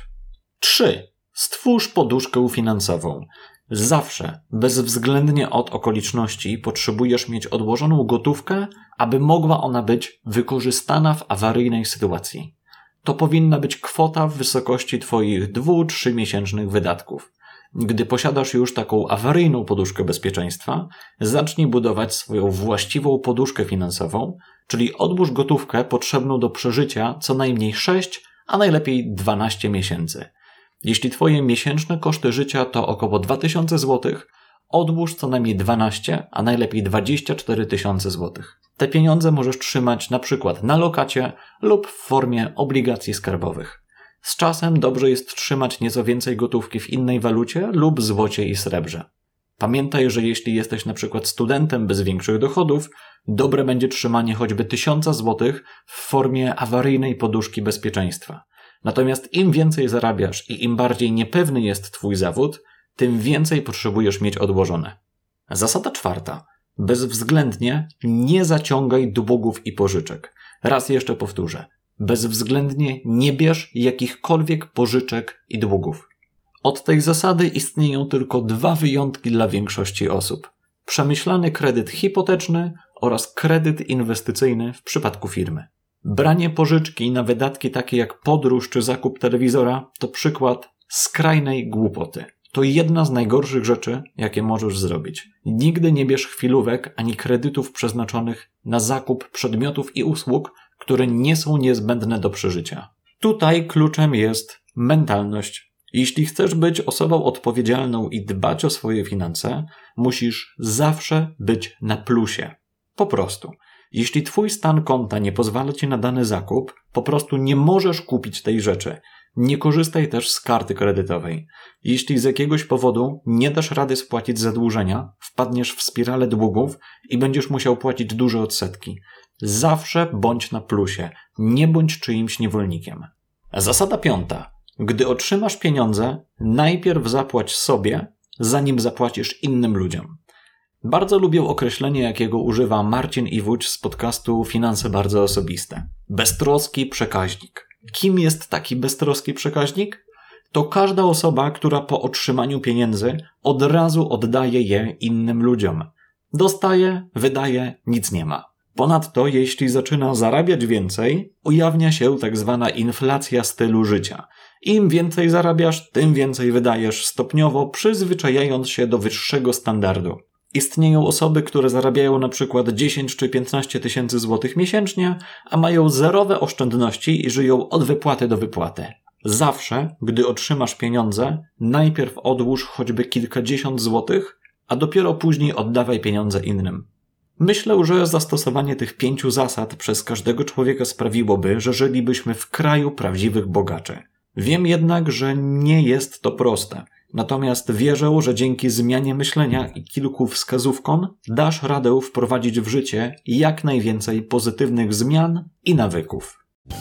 3. Stwórz poduszkę finansową. Zawsze, bezwzględnie od okoliczności, potrzebujesz mieć odłożoną gotówkę, aby mogła ona być wykorzystana w awaryjnej sytuacji. To powinna być kwota w wysokości twoich 2-3 miesięcznych wydatków. Gdy posiadasz już taką awaryjną poduszkę bezpieczeństwa, zacznij budować swoją właściwą poduszkę finansową, czyli odłóż gotówkę potrzebną do przeżycia co najmniej 6, a najlepiej 12 miesięcy. Jeśli twoje miesięczne koszty życia to około 2000 zł, odłóż co najmniej 12, a najlepiej 24 tysiące złotych. Te pieniądze możesz trzymać na przykład na lokacie lub w formie obligacji skarbowych. Z czasem dobrze jest trzymać nieco więcej gotówki w innej walucie lub złocie i srebrze. Pamiętaj, że jeśli jesteś na przykład studentem bez większych dochodów, dobre będzie trzymanie choćby 1000 złotych w formie awaryjnej poduszki bezpieczeństwa. Natomiast im więcej zarabiasz i im bardziej niepewny jest twój zawód, tym więcej potrzebujesz mieć odłożone. Zasada 4. Bezwzględnie nie zaciągaj długów i pożyczek. Raz jeszcze powtórzę. Bezwzględnie nie bierz jakichkolwiek pożyczek i długów. Od tej zasady istnieją tylko 2 wyjątki dla większości osób. Przemyślany kredyt hipoteczny oraz kredyt inwestycyjny w przypadku firmy. Branie pożyczki na wydatki takie jak podróż czy zakup telewizora to przykład skrajnej głupoty. To jedna z najgorszych rzeczy, jakie możesz zrobić. Nigdy nie bierz chwilówek ani kredytów przeznaczonych na zakup przedmiotów i usług, które nie są niezbędne do przeżycia. Tutaj kluczem jest mentalność. Jeśli chcesz być osobą odpowiedzialną i dbać o swoje finanse, musisz zawsze być na plusie. Po prostu. Jeśli twój stan konta nie pozwala ci na dany zakup, po prostu nie możesz kupić tej rzeczy. Nie korzystaj też z karty kredytowej. Jeśli z jakiegoś powodu nie dasz rady spłacić zadłużenia, wpadniesz w spiralę długów i będziesz musiał płacić duże odsetki. Zawsze bądź na plusie, nie bądź czyimś niewolnikiem. Zasada 5. Gdy otrzymasz pieniądze, najpierw zapłać sobie, zanim zapłacisz innym ludziom. Bardzo lubię określenie, jakiego używa Marcin Iwódź z podcastu Finanse Bardzo Osobiste. Beztroski przekaźnik. Kim jest taki beztroski przekaźnik? To każda osoba, która po otrzymaniu pieniędzy od razu oddaje je innym ludziom. Dostaje, wydaje, nic nie ma. Ponadto, jeśli zaczyna zarabiać więcej, ujawnia się tak zwana inflacja stylu życia. Im więcej zarabiasz, tym więcej wydajesz, stopniowo przyzwyczajając się do wyższego standardu. Istnieją osoby, które zarabiają na przykład 10 czy 15 tysięcy złotych miesięcznie, a mają zerowe oszczędności i żyją od wypłaty do wypłaty. Zawsze, gdy otrzymasz pieniądze, najpierw odłóż choćby kilkadziesiąt złotych, a dopiero później oddawaj pieniądze innym. Myślę, że zastosowanie tych 5 zasad przez każdego człowieka sprawiłoby, że żylibyśmy w kraju prawdziwych bogaczy. Wiem jednak, że nie jest to proste. Natomiast wierzę, że dzięki zmianie myślenia i kilku wskazówkom dasz radę wprowadzić w życie jak najwięcej pozytywnych zmian i nawyków.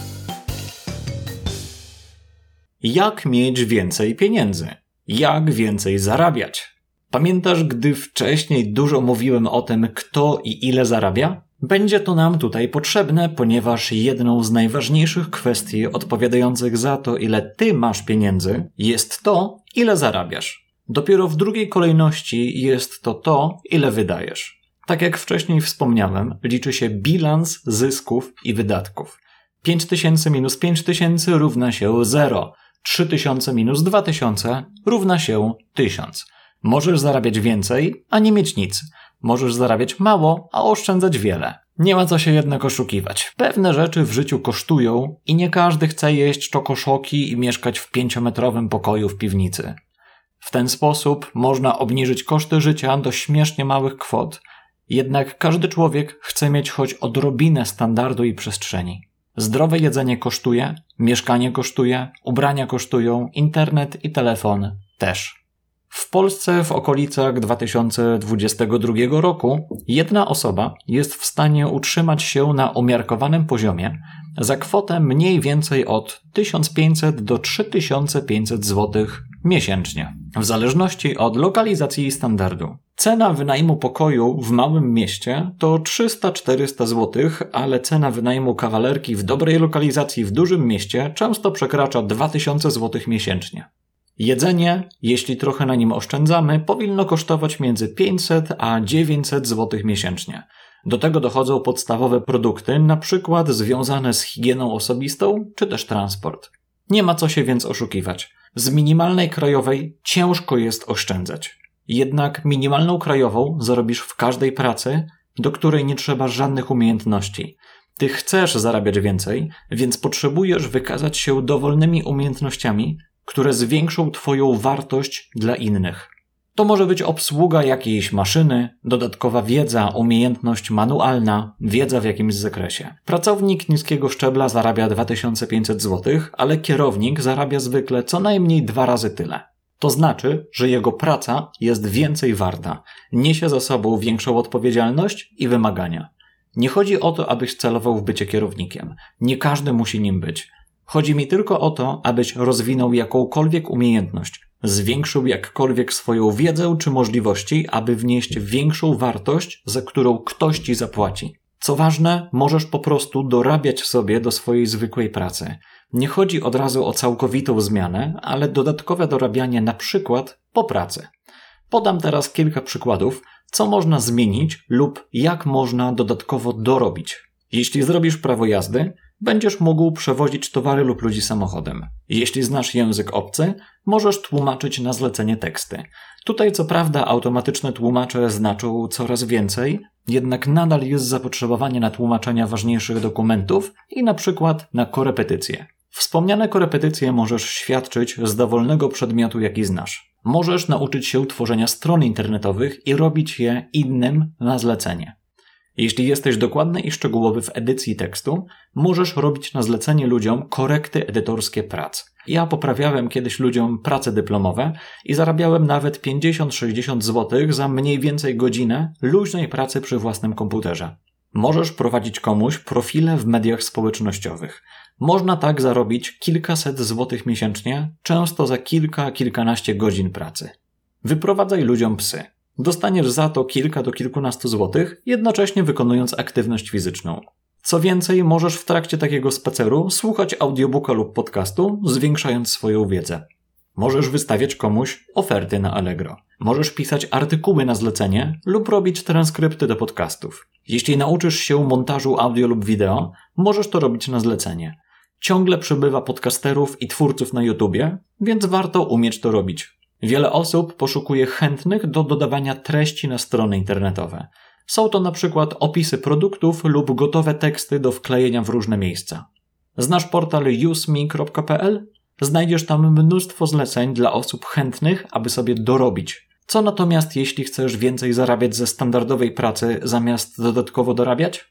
Jak mieć więcej pieniędzy? Jak więcej zarabiać? Pamiętasz, gdy wcześniej dużo mówiłem o tym, kto i ile zarabia? Będzie to nam tutaj potrzebne, ponieważ jedną z najważniejszych kwestii odpowiadających za to, ile ty masz pieniędzy, jest to, ile zarabiasz. Dopiero w drugiej kolejności jest to, ile wydajesz. Tak jak wcześniej wspomniałem, liczy się bilans zysków i wydatków. 5000 minus 5000 równa się 0. 3000 minus 2000 równa się 1000. Możesz zarabiać więcej, a nie mieć nic. Możesz zarabiać mało, a oszczędzać wiele. Nie ma co się jednak oszukiwać. Pewne rzeczy w życiu kosztują i nie każdy chce jeść czokoszoki i mieszkać w 5-metrowym pokoju w piwnicy. W ten sposób można obniżyć koszty życia do śmiesznie małych kwot. Jednak każdy człowiek chce mieć choć odrobinę standardu i przestrzeni. Zdrowe jedzenie kosztuje, mieszkanie kosztuje, ubrania kosztują, internet i telefon też. W Polsce w okolicach 2022 roku jedna osoba jest w stanie utrzymać się na umiarkowanym poziomie za kwotę mniej więcej od 1500 do 3500 zł miesięcznie, w zależności od lokalizacji i standardu. Cena wynajmu pokoju w małym mieście to 300-400 zł, ale cena wynajmu kawalerki w dobrej lokalizacji w dużym mieście często przekracza 2000 zł miesięcznie. Jedzenie, jeśli trochę na nim oszczędzamy, powinno kosztować między 500 a 900 zł miesięcznie. Do tego dochodzą podstawowe produkty, np. związane z higieną osobistą, czy też transport. Nie ma co się więc oszukiwać. Z minimalnej krajowej ciężko jest oszczędzać. Jednak minimalną krajową zarobisz w każdej pracy, do której nie trzeba żadnych umiejętności. Ty chcesz zarabiać więcej, więc potrzebujesz wykazać się dowolnymi umiejętnościami, które zwiększą twoją wartość dla innych. To może być obsługa jakiejś maszyny, dodatkowa wiedza, umiejętność manualna, wiedza w jakimś zakresie. Pracownik niskiego szczebla zarabia 2500 zł, ale kierownik zarabia zwykle co najmniej 2 razy tyle. To znaczy, że jego praca jest więcej warta, niesie za sobą większą odpowiedzialność i wymagania. Nie chodzi o to, abyś celował w bycie kierownikiem. Nie każdy musi nim być. Chodzi mi tylko o to, abyś rozwinął jakąkolwiek umiejętność, zwiększył jakkolwiek swoją wiedzę czy możliwości, aby wnieść większą wartość, za którą ktoś ci zapłaci. Co ważne, możesz po prostu dorabiać sobie do swojej zwykłej pracy. Nie chodzi od razu o całkowitą zmianę, ale dodatkowe dorabianie na przykład po pracy. Podam teraz kilka przykładów, co można zmienić lub jak można dodatkowo dorobić. Jeśli zrobisz prawo jazdy, będziesz mógł przewozić towary lub ludzi samochodem. Jeśli znasz język obcy, możesz tłumaczyć na zlecenie teksty. Tutaj co prawda automatyczne tłumacze znaczą coraz więcej, jednak nadal jest zapotrzebowanie na tłumaczenia ważniejszych dokumentów i na przykład na korepetycje. Wspomniane korepetycje możesz świadczyć z dowolnego przedmiotu, jaki znasz. Możesz nauczyć się tworzenia stron internetowych i robić je innym na zlecenie. Jeśli jesteś dokładny i szczegółowy w edycji tekstu, możesz robić na zlecenie ludziom korekty edytorskie prac. Ja poprawiałem kiedyś ludziom prace dyplomowe i zarabiałem nawet 50-60 zł za mniej więcej godzinę luźnej pracy przy własnym komputerze. Możesz prowadzić komuś profile w mediach społecznościowych. Można tak zarobić kilkaset złotych miesięcznie, często za kilkanaście godzin pracy. Wyprowadzaj ludziom psy. Dostaniesz za to kilka do kilkunastu złotych, jednocześnie wykonując aktywność fizyczną. Co więcej, możesz w trakcie takiego spaceru słuchać audiobooka lub podcastu, zwiększając swoją wiedzę. Możesz wystawiać komuś oferty na Allegro. Możesz pisać artykuły na zlecenie lub robić transkrypty do podcastów. Jeśli nauczysz się montażu audio lub wideo, możesz to robić na zlecenie. Ciągle przybywa podcasterów i twórców na YouTubie, więc warto umieć to robić. Wiele osób poszukuje chętnych do dodawania treści na strony internetowe. Są to na przykład opisy produktów lub gotowe teksty do wklejenia w różne miejsca. Znasz portal useme.pl? Znajdziesz tam mnóstwo zleceń dla osób chętnych, aby sobie dorobić. Co natomiast, jeśli chcesz więcej zarabiać ze standardowej pracy, zamiast dodatkowo dorabiać?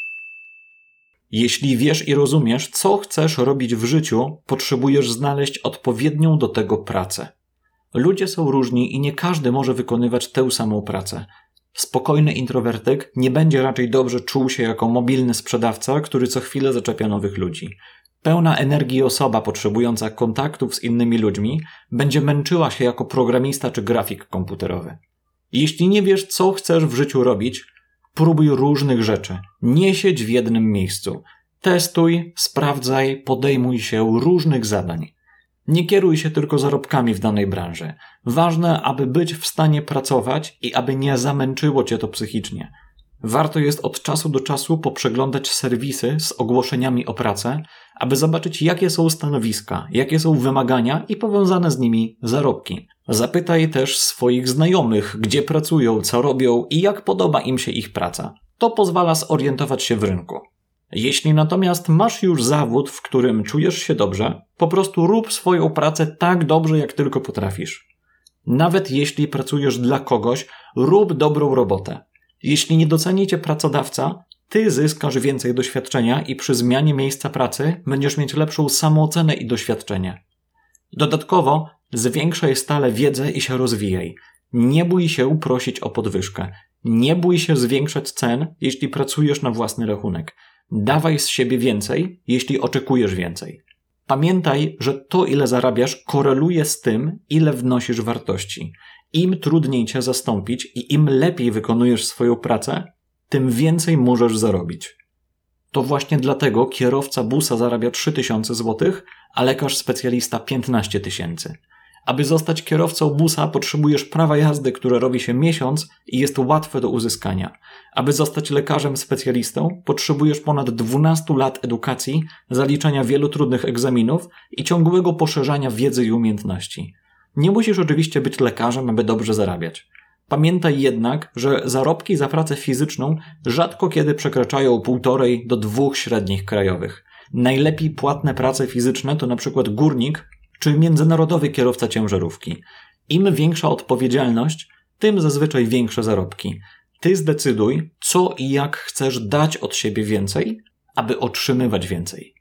Jeśli wiesz i rozumiesz, co chcesz robić w życiu, potrzebujesz znaleźć odpowiednią do tego pracę. Ludzie są różni i nie każdy może wykonywać tę samą pracę. Spokojny introwertyk nie będzie raczej dobrze czuł się jako mobilny sprzedawca, który co chwilę zaczepia nowych ludzi. Pełna energii osoba potrzebująca kontaktów z innymi ludźmi będzie męczyła się jako programista czy grafik komputerowy. Jeśli nie wiesz, co chcesz w życiu robić, próbuj różnych rzeczy. Nie siedź w jednym miejscu. Testuj, sprawdzaj, podejmuj się różnych zadań. Nie kieruj się tylko zarobkami w danej branży. Ważne, aby być w stanie pracować i aby nie zamęczyło cię to psychicznie. Warto jest od czasu do czasu poprzeglądać serwisy z ogłoszeniami o pracę, aby zobaczyć, jakie są stanowiska, jakie są wymagania i powiązane z nimi zarobki. Zapytaj też swoich znajomych, gdzie pracują, co robią i jak podoba im się ich praca. To pozwala zorientować się w rynku. Jeśli natomiast masz już zawód, w którym czujesz się dobrze, po prostu rób swoją pracę tak dobrze, jak tylko potrafisz. Nawet jeśli pracujesz dla kogoś, rób dobrą robotę. Jeśli nie doceni cię pracodawca, ty zyskasz więcej doświadczenia i przy zmianie miejsca pracy będziesz mieć lepszą samoocenę i doświadczenie. Dodatkowo zwiększaj stale wiedzę i się rozwijaj. Nie bój się prosić o podwyżkę. Nie bój się zwiększać cen, jeśli pracujesz na własny rachunek. Dawaj z siebie więcej, jeśli oczekujesz więcej. Pamiętaj, że to, ile zarabiasz, koreluje z tym, ile wnosisz wartości. Im trudniej cię zastąpić i im lepiej wykonujesz swoją pracę, tym więcej możesz zarobić. To właśnie dlatego kierowca busa zarabia 3000 zł, a lekarz specjalista 15 000. Aby zostać kierowcą busa, potrzebujesz prawa jazdy, które robi się miesiąc i jest łatwe do uzyskania. Aby zostać lekarzem specjalistą, potrzebujesz ponad 12 lat edukacji, zaliczania wielu trudnych egzaminów i ciągłego poszerzania wiedzy i umiejętności. Nie musisz oczywiście być lekarzem, aby dobrze zarabiać. Pamiętaj jednak, że zarobki za pracę fizyczną rzadko kiedy przekraczają 1,5 do 2 średnich krajowych. Najlepiej płatne prace fizyczne to na przykład górnik czy międzynarodowy kierowca ciężarówki. Im większa odpowiedzialność, tym zazwyczaj większe zarobki. Ty zdecyduj, co i jak chcesz dać od siebie więcej, aby otrzymywać więcej.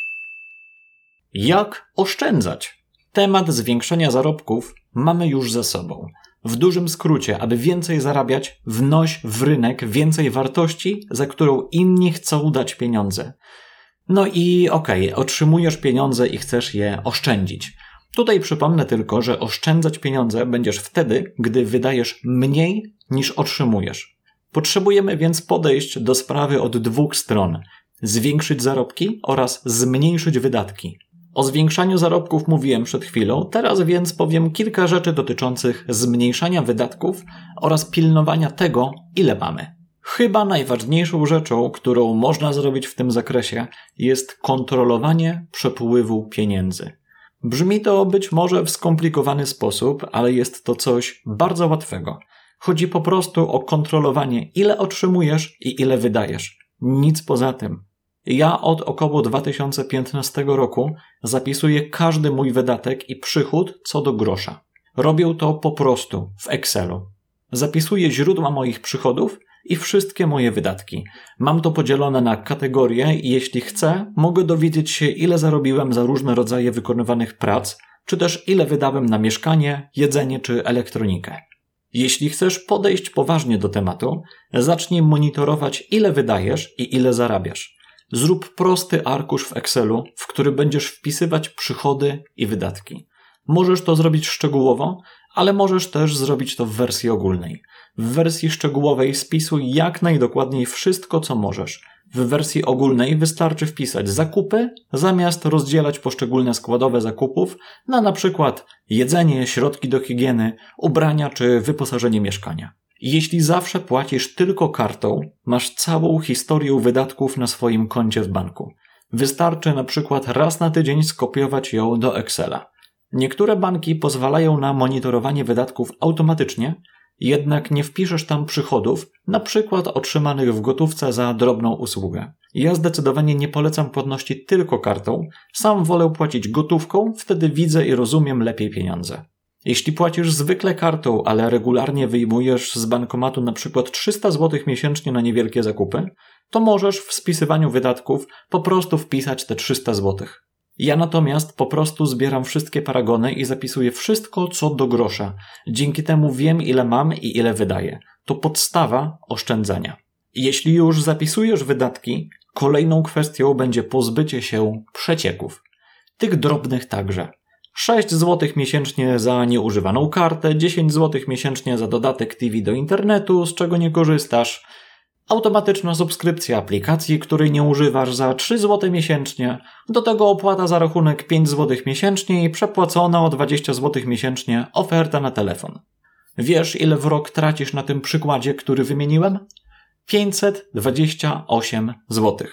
Jak oszczędzać? Temat zwiększenia zarobków mamy już za sobą. W dużym skrócie, aby więcej zarabiać, wnoś w rynek więcej wartości, za którą inni chcą dać pieniądze. No i otrzymujesz pieniądze i chcesz je oszczędzić. Tutaj przypomnę tylko, że oszczędzać pieniądze będziesz wtedy, gdy wydajesz mniej niż otrzymujesz. Potrzebujemy więc podejść do sprawy od 2 stron. Zwiększyć zarobki oraz zmniejszyć wydatki. O zwiększaniu zarobków mówiłem przed chwilą, teraz więc powiem kilka rzeczy dotyczących zmniejszania wydatków oraz pilnowania tego, ile mamy. Chyba najważniejszą rzeczą, którą można zrobić w tym zakresie, jest kontrolowanie przepływu pieniędzy. Brzmi to być może w skomplikowany sposób, ale jest to coś bardzo łatwego. Chodzi po prostu o kontrolowanie, ile otrzymujesz i ile wydajesz. Nic poza tym. Ja od około 2015 roku zapisuję każdy mój wydatek i przychód co do grosza. Robię to po prostu w Excelu. Zapisuję źródła moich przychodów i wszystkie moje wydatki. Mam to podzielone na kategorie i jeśli chcę, mogę dowiedzieć się, ile zarobiłem za różne rodzaje wykonywanych prac, czy też ile wydałem na mieszkanie, jedzenie czy elektronikę. Jeśli chcesz podejść poważnie do tematu, zacznij monitorować, ile wydajesz i ile zarabiasz. Zrób prosty arkusz w Excelu, w który będziesz wpisywać przychody i wydatki. Możesz to zrobić szczegółowo, ale możesz też zrobić to w wersji ogólnej. W wersji szczegółowej spisuj jak najdokładniej wszystko, co możesz. W wersji ogólnej wystarczy wpisać zakupy, zamiast rozdzielać poszczególne składowe zakupów na przykład jedzenie, środki do higieny, ubrania czy wyposażenie mieszkania. Jeśli zawsze płacisz tylko kartą, masz całą historię wydatków na swoim koncie w banku. Wystarczy na przykład raz na tydzień skopiować ją do Excela. Niektóre banki pozwalają na monitorowanie wydatków automatycznie, jednak nie wpiszesz tam przychodów, na przykład otrzymanych w gotówce za drobną usługę. Ja zdecydowanie nie polecam płatności tylko kartą, sam wolę płacić gotówką, wtedy widzę i rozumiem lepiej pieniądze. Jeśli płacisz zwykle kartą, ale regularnie wyjmujesz z bankomatu na przykład 300 zł miesięcznie na niewielkie zakupy, to możesz w spisywaniu wydatków po prostu wpisać te 300 zł. Ja natomiast po prostu zbieram wszystkie paragony i zapisuję wszystko co do grosza. Dzięki temu wiem ile mam i ile wydaję. To podstawa oszczędzania. Jeśli już zapisujesz wydatki, kolejną kwestią będzie pozbycie się przecieków. Tych drobnych także. 6 zł miesięcznie za nieużywaną kartę, 10 zł miesięcznie za dodatek TV do internetu, z czego nie korzystasz, automatyczna subskrypcja aplikacji, której nie używasz za 3 zł miesięcznie, do tego opłata za rachunek 5 zł miesięcznie i przepłacona o 20 zł miesięcznie oferta na telefon. Wiesz, ile w rok tracisz na tym przykładzie, który wymieniłem? 528 zł.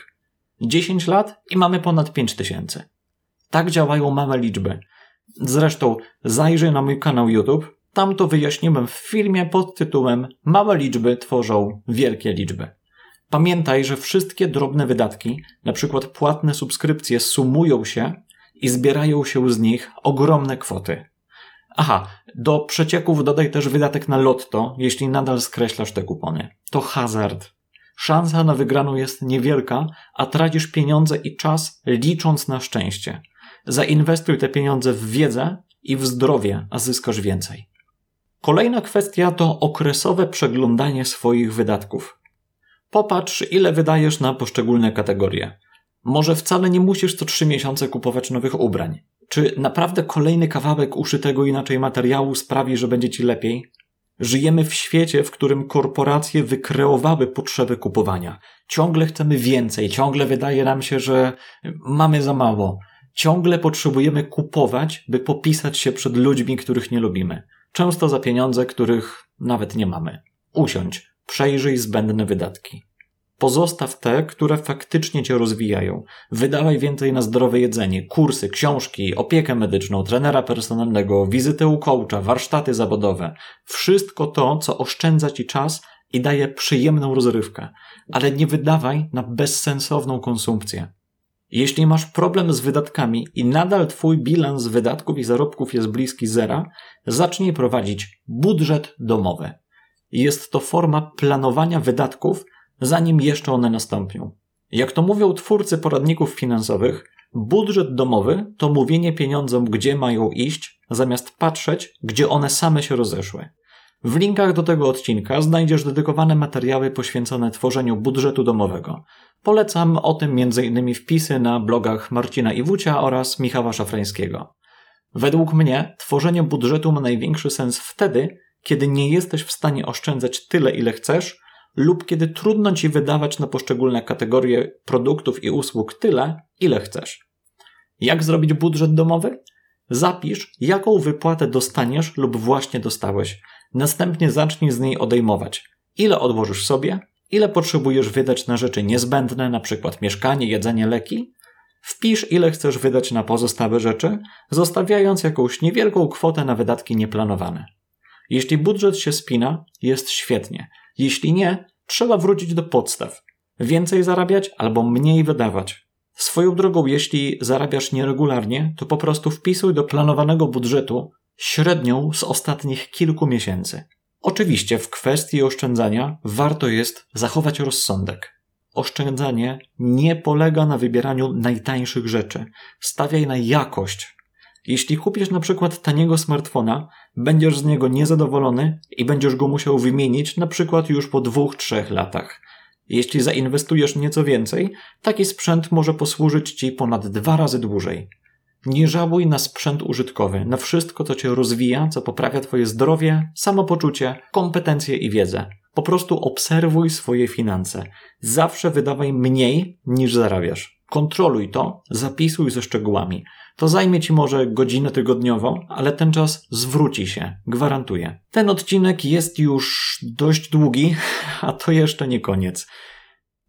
10 lat i mamy ponad 5000. Tak działają małe liczby. Zresztą zajrzyj na mój kanał YouTube, tam to wyjaśniłem w filmie pod tytułem Małe liczby tworzą wielkie liczby. Pamiętaj, że wszystkie drobne wydatki, np. płatne subskrypcje, sumują się i zbierają się z nich ogromne kwoty. Aha, do przecieków dodaj też wydatek na lotto, jeśli nadal skreślasz te kupony. To hazard. Szansa na wygraną jest niewielka, a tracisz pieniądze i czas licząc na szczęście. Zainwestuj te pieniądze w wiedzę i w zdrowie, a zyskasz więcej. Kolejna kwestia to okresowe przeglądanie swoich wydatków. Popatrz, ile wydajesz na poszczególne kategorie. Może wcale nie musisz co 3 miesiące kupować nowych ubrań. Czy naprawdę kolejny kawałek uszytego inaczej materiału sprawi, że będzie ci lepiej? Żyjemy w świecie, w którym korporacje wykreowały potrzebę kupowania. Ciągle chcemy więcej, ciągle wydaje nam się, że mamy za mało. Ciągle potrzebujemy kupować, by popisać się przed ludźmi, których nie lubimy. Często za pieniądze, których nawet nie mamy. Usiądź, przejrzyj zbędne wydatki. Pozostaw te, które faktycznie cię rozwijają. Wydawaj więcej na zdrowe jedzenie, kursy, książki, opiekę medyczną, trenera personalnego, wizytę u coacha, warsztaty zawodowe. Wszystko to, co oszczędza ci czas i daje przyjemną rozrywkę. Ale nie wydawaj na bezsensowną konsumpcję. Jeśli masz problem z wydatkami i nadal twój bilans wydatków i zarobków jest bliski zera, zacznij prowadzić budżet domowy. Jest to forma planowania wydatków, zanim jeszcze one nastąpią. Jak to mówią twórcy poradników finansowych, budżet domowy to mówienie pieniądzom, gdzie mają iść, zamiast patrzeć, gdzie one same się rozeszły. W linkach do tego odcinka znajdziesz dedykowane materiały poświęcone tworzeniu budżetu domowego. Polecam o tym m.in. wpisy na blogach Marcina Iwucia oraz Michała Szafrańskiego. Według mnie tworzenie budżetu ma największy sens wtedy, kiedy nie jesteś w stanie oszczędzać tyle, ile chcesz, lub kiedy trudno ci wydawać na poszczególne kategorie produktów i usług tyle, ile chcesz. Jak zrobić budżet domowy? Zapisz, jaką wypłatę dostaniesz lub właśnie dostałeś. Następnie zacznij z niej odejmować. Ile odłożysz sobie? Ile potrzebujesz wydać na rzeczy niezbędne, np. mieszkanie, jedzenie, leki? Wpisz, ile chcesz wydać na pozostałe rzeczy, zostawiając jakąś niewielką kwotę na wydatki nieplanowane. Jeśli budżet się spina, jest świetnie. Jeśli nie, trzeba wrócić do podstaw. Więcej zarabiać albo mniej wydawać. Swoją drogą, jeśli zarabiasz nieregularnie, to po prostu wpisuj do planowanego budżetu średnią z ostatnich kilku miesięcy. Oczywiście w kwestii oszczędzania warto jest zachować rozsądek. Oszczędzanie nie polega na wybieraniu najtańszych rzeczy. Stawiaj na jakość. Jeśli kupisz na przykład taniego smartfona, będziesz z niego niezadowolony i będziesz go musiał wymienić na przykład już po 2-3 latach. Jeśli zainwestujesz nieco więcej, taki sprzęt może posłużyć ci ponad 2 razy dłużej. Nie żałuj na sprzęt użytkowy, na wszystko, co cię rozwija, co poprawia twoje zdrowie, samopoczucie, kompetencje i wiedzę. Po prostu obserwuj swoje finanse. Zawsze wydawaj mniej niż zarabiasz. Kontroluj to, zapisuj ze szczegółami. To zajmie ci może godzinę tygodniowo, ale ten czas zwróci się, gwarantuję. Ten odcinek jest już dość długi, a to jeszcze nie koniec.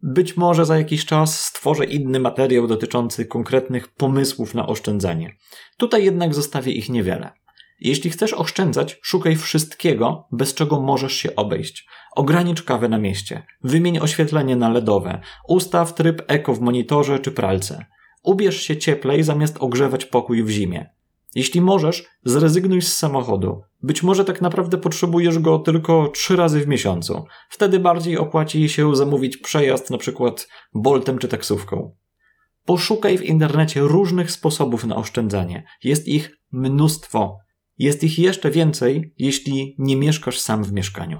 Być może za jakiś czas stworzę inny materiał dotyczący konkretnych pomysłów na oszczędzanie. Tutaj jednak zostawię ich niewiele. Jeśli chcesz oszczędzać, szukaj wszystkiego, bez czego możesz się obejść. Ogranicz kawę na mieście, wymień oświetlenie na LEDowe, ustaw tryb eko w monitorze czy pralce. Ubierz się cieplej zamiast ogrzewać pokój w zimie. Jeśli możesz, zrezygnuj z samochodu. Być może tak naprawdę potrzebujesz go tylko 3 razy w miesiącu. Wtedy bardziej opłaci się zamówić przejazd na przykład Boltem czy taksówką. Poszukaj w internecie różnych sposobów na oszczędzanie. Jest ich mnóstwo. Jest ich jeszcze więcej, jeśli nie mieszkasz sam w mieszkaniu.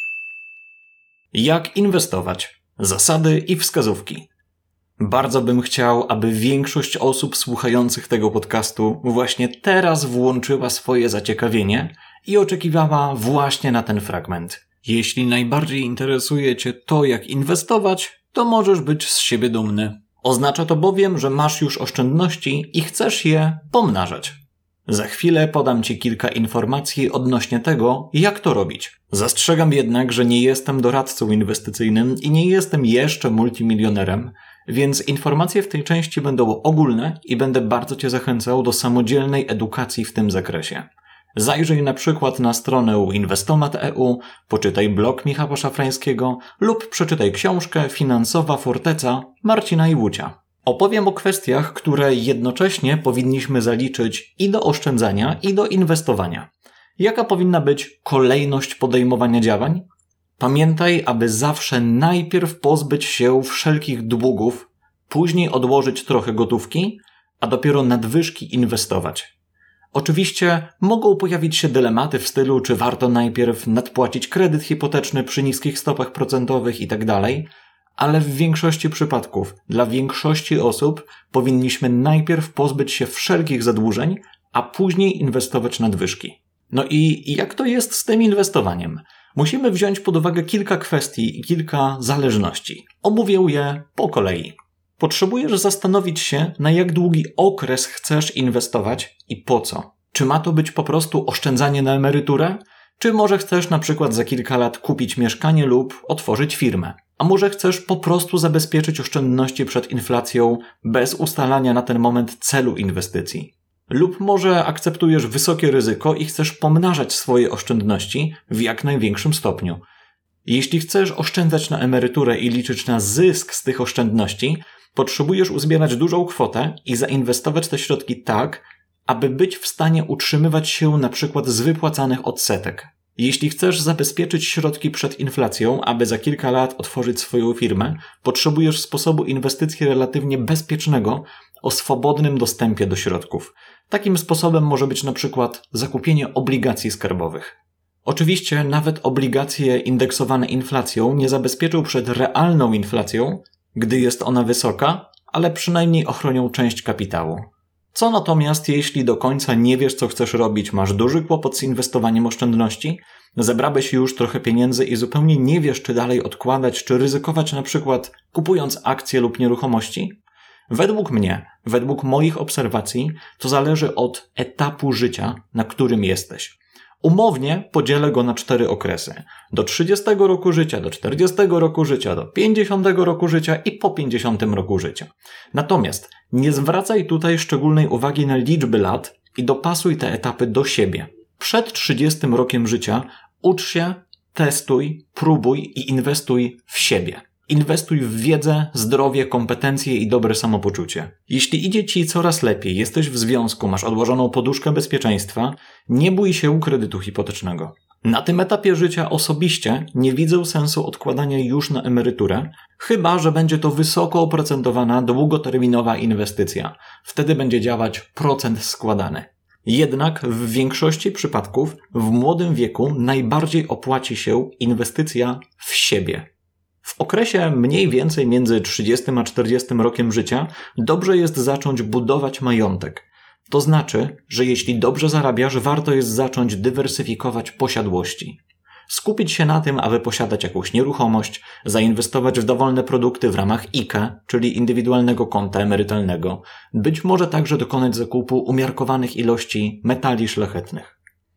Jak inwestować? Zasady i wskazówki. Bardzo bym chciał, aby większość osób słuchających tego podcastu właśnie teraz włączyła swoje zaciekawienie i oczekiwała właśnie na ten fragment. Jeśli najbardziej interesuje Cię to, jak inwestować, to możesz być z siebie dumny. Oznacza to bowiem, że masz już oszczędności i chcesz je pomnażać. Za chwilę podam Ci kilka informacji odnośnie tego, jak to robić. Zastrzegam jednak, że nie jestem doradcą inwestycyjnym i nie jestem jeszcze multimilionerem, więc informacje w tej części będą ogólne i będę bardzo Cię zachęcał do samodzielnej edukacji w tym zakresie. Zajrzyj na przykład na stronę Inwestomat.eu, poczytaj blog Michała Szafrańskiego lub przeczytaj książkę Finansowa Forteca Marcina Iwucia. Opowiem o kwestiach, które jednocześnie powinniśmy zaliczyć i do oszczędzania, i do inwestowania. Jaka powinna być kolejność podejmowania działań? Pamiętaj, aby zawsze najpierw pozbyć się wszelkich długów, później odłożyć trochę gotówki, a dopiero nadwyżki inwestować. Oczywiście mogą pojawić się dylematy w stylu, czy warto najpierw nadpłacić kredyt hipoteczny przy niskich stopach procentowych itd., ale w większości przypadków, dla większości osób powinniśmy najpierw pozbyć się wszelkich zadłużeń, a później inwestować nadwyżki. No i jak to jest z tym inwestowaniem? Musimy wziąć pod uwagę kilka kwestii i kilka zależności. Omówię je po kolei. Potrzebujesz zastanowić się, na jak długi okres chcesz inwestować i po co. Czy ma to być po prostu oszczędzanie na emeryturę? Czy może chcesz na przykład za kilka lat kupić mieszkanie lub otworzyć firmę? A może chcesz po prostu zabezpieczyć oszczędności przed inflacją bez ustalania na ten moment celu inwestycji? Lub może akceptujesz wysokie ryzyko i chcesz pomnażać swoje oszczędności w jak największym stopniu. Jeśli chcesz oszczędzać na emeryturę i liczyć na zysk z tych oszczędności, potrzebujesz uzbierać dużą kwotę i zainwestować te środki tak, aby być w stanie utrzymywać się na przykład z wypłacanych odsetek. Jeśli chcesz zabezpieczyć środki przed inflacją, aby za kilka lat otworzyć swoją firmę, potrzebujesz sposobu inwestycji relatywnie bezpiecznego o swobodnym dostępie do środków. Takim sposobem może być na przykład zakupienie obligacji skarbowych. Oczywiście nawet obligacje indeksowane inflacją nie zabezpieczą przed realną inflacją, gdy jest ona wysoka, ale przynajmniej ochronią część kapitału. Co natomiast, jeśli do końca nie wiesz, co chcesz robić, masz duży kłopot z inwestowaniem oszczędności, zebrałeś już trochę pieniędzy i zupełnie nie wiesz, czy dalej odkładać, czy ryzykować na przykład kupując akcje lub nieruchomości? Według mnie, według moich obserwacji, to zależy od etapu życia, na którym jesteś. Umownie podzielę go na 4 okresy. Do 30 roku życia, do 40 roku życia, do 50 roku życia i po 50 roku życia. Natomiast nie zwracaj tutaj szczególnej uwagi na liczby lat i dopasuj te etapy do siebie. Przed 30 rokiem życia ucz się, testuj, próbuj i inwestuj w siebie. Inwestuj w wiedzę, zdrowie, kompetencje i dobre samopoczucie. Jeśli idzie Ci coraz lepiej, jesteś w związku, masz odłożoną poduszkę bezpieczeństwa, nie bój się kredytu hipotecznego. Na tym etapie życia osobiście nie widzę sensu odkładania już na emeryturę, chyba że będzie to wysoko oprocentowana, długoterminowa inwestycja. Wtedy będzie działać procent składany. Jednak w większości przypadków w młodym wieku najbardziej opłaci się inwestycja w siebie. W okresie mniej więcej między 30 a 40 rokiem życia dobrze jest zacząć budować majątek. To znaczy, że jeśli dobrze zarabiasz, warto jest zacząć dywersyfikować posiadłości. Skupić się na tym, aby posiadać jakąś nieruchomość, zainwestować w dowolne produkty w ramach IKE, czyli indywidualnego konta emerytalnego, być może także dokonać zakupu umiarkowanych ilości metali szlachetnych.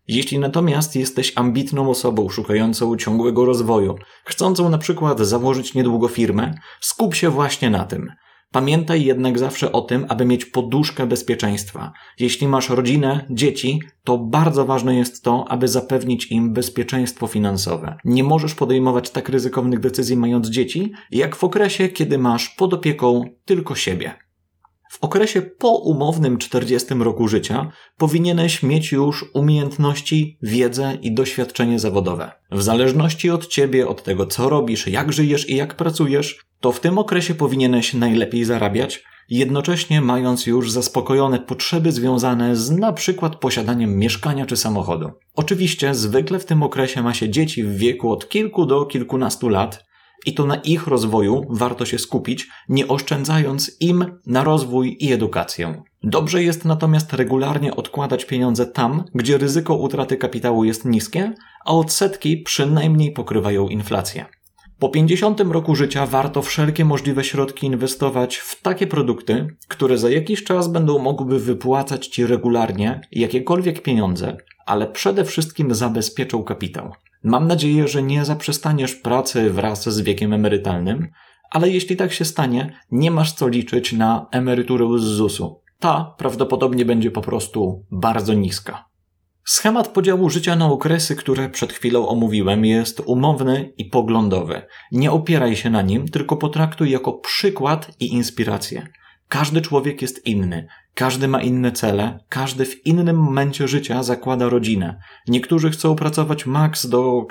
Jeśli natomiast jesteś ambitną osobą szukającą ciągłego rozwoju, chcącą na przykład założyć niedługo firmę, skup się właśnie na tym. Pamiętaj jednak zawsze o tym, aby mieć poduszkę bezpieczeństwa. Jeśli masz rodzinę, dzieci, to bardzo ważne jest to, aby zapewnić im bezpieczeństwo finansowe. Nie możesz podejmować tak ryzykownych decyzji mając dzieci, jak w okresie, kiedy masz pod opieką tylko siebie. W okresie po umownym 40 roku życia powinieneś mieć już umiejętności, wiedzę i doświadczenie zawodowe. W zależności od ciebie, od tego co robisz, jak żyjesz i jak pracujesz, to w tym okresie powinieneś najlepiej zarabiać, jednocześnie mając już zaspokojone potrzeby związane z na przykład posiadaniem mieszkania czy samochodu. Oczywiście zwykle w tym okresie ma się dzieci w wieku od kilku do kilkunastu lat, i to na ich rozwoju warto się skupić, nie oszczędzając im na rozwój i edukację. Dobrze jest natomiast regularnie odkładać pieniądze tam, gdzie ryzyko utraty kapitału jest niskie, a odsetki przynajmniej pokrywają inflację. Po 50 roku życia warto wszelkie możliwe środki inwestować w takie produkty, które za jakiś czas będą mogły wypłacać Ci regularnie jakiekolwiek pieniądze, ale przede wszystkim zabezpieczą kapitał. Mam nadzieję, że nie zaprzestaniesz pracy wraz z wiekiem emerytalnym, ale jeśli tak się stanie, nie masz co liczyć na emeryturę z ZUS-u. Ta prawdopodobnie będzie po prostu bardzo niska. Schemat podziału życia na okresy, które przed chwilą omówiłem, jest umowny i poglądowy. Nie opieraj się na nim, tylko potraktuj jako przykład i inspirację. Każdy człowiek jest inny, każdy ma inne cele, każdy w innym momencie życia zakłada rodzinę. Niektórzy chcą pracować maks do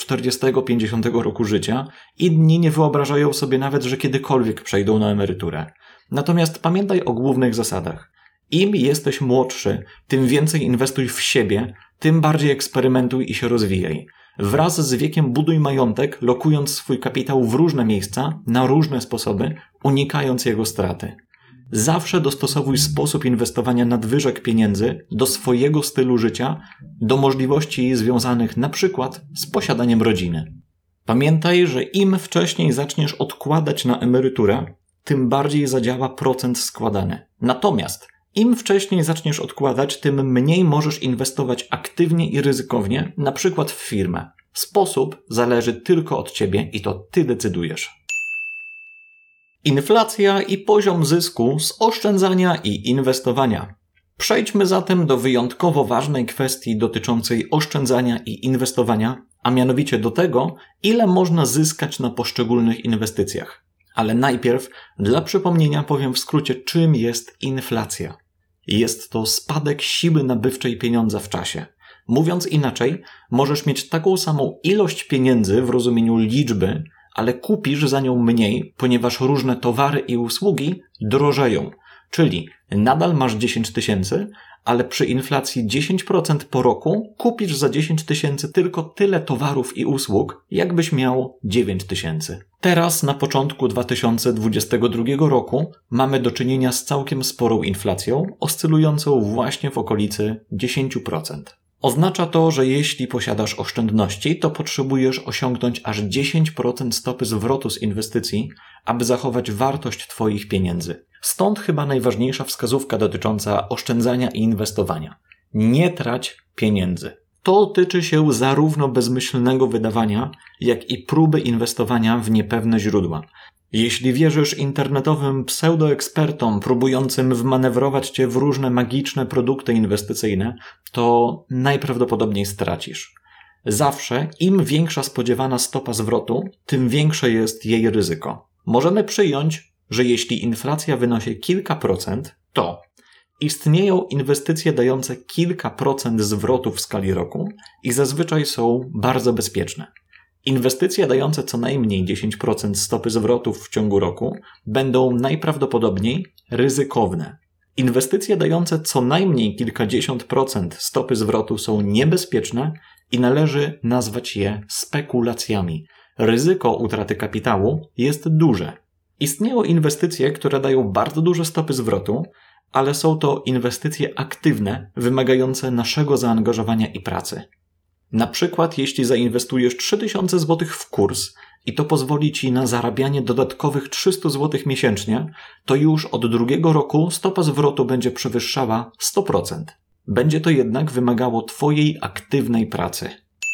40-50 roku życia, inni nie wyobrażają sobie nawet, że kiedykolwiek przejdą na emeryturę. Natomiast pamiętaj o głównych zasadach. Im jesteś młodszy, tym więcej inwestuj w siebie, tym bardziej eksperymentuj i się rozwijaj. Wraz z wiekiem buduj majątek, lokując swój kapitał w różne miejsca, na różne sposoby, unikając jego straty. Zawsze dostosowuj sposób inwestowania nadwyżek pieniędzy do swojego stylu życia, do możliwości związanych na przykład z posiadaniem rodziny. Pamiętaj, że im wcześniej zaczniesz odkładać na emeryturę, tym bardziej zadziała procent składany. Natomiast im wcześniej zaczniesz odkładać, tym mniej możesz inwestować aktywnie i ryzykownie, na przykład w firmę. Sposób zależy tylko od ciebie i to ty decydujesz. Inflacja i poziom zysku z oszczędzania i inwestowania. Przejdźmy zatem do wyjątkowo ważnej kwestii dotyczącej oszczędzania i inwestowania, a mianowicie do tego, ile można zyskać na poszczególnych inwestycjach. Ale najpierw, dla przypomnienia, powiem w skrócie, czym jest inflacja. Jest to spadek siły nabywczej pieniądza w czasie. Mówiąc inaczej, możesz mieć taką samą ilość pieniędzy w rozumieniu liczby, ale kupisz za nią mniej, ponieważ różne towary i usługi drożeją. Czyli nadal masz 10 tysięcy, ale przy inflacji 10% po roku kupisz za 10 tysięcy tylko tyle towarów i usług, jakbyś miał 9 tysięcy. Teraz na początku 2022 roku mamy do czynienia z całkiem sporą inflacją, oscylującą właśnie w okolicy 10%. Oznacza to, że jeśli posiadasz oszczędności, to potrzebujesz osiągnąć aż 10% stopy zwrotu z inwestycji, aby zachować wartość Twoich pieniędzy. Stąd chyba najważniejsza wskazówka dotycząca oszczędzania i inwestowania. Nie trać pieniędzy. To tyczy się zarówno bezmyślnego wydawania, jak i próby inwestowania w niepewne źródła. Jeśli wierzysz internetowym pseudoekspertom próbującym wmanewrować cię w różne magiczne produkty inwestycyjne, to najprawdopodobniej stracisz. Zawsze im większa spodziewana stopa zwrotu, tym większe jest jej ryzyko. Możemy przyjąć, że jeśli inflacja wynosi kilka procent, to istnieją inwestycje dające kilka procent zwrotu w skali roku i zazwyczaj są bardzo bezpieczne. Inwestycje dające co najmniej 10% stopy zwrotów w ciągu roku będą najprawdopodobniej ryzykowne. Inwestycje dające co najmniej kilkadziesiąt procent stopy zwrotu są niebezpieczne i należy nazwać je spekulacjami. Ryzyko utraty kapitału jest duże. Istnieją inwestycje, które dają bardzo duże stopy zwrotu, ale są to inwestycje aktywne, wymagające naszego zaangażowania i pracy. Na przykład jeśli zainwestujesz 3000 zł w kurs i to pozwoli Ci na zarabianie dodatkowych 300 zł miesięcznie, to już od drugiego roku stopa zwrotu będzie przewyższała 100%. Będzie to jednak wymagało Twojej aktywnej pracy.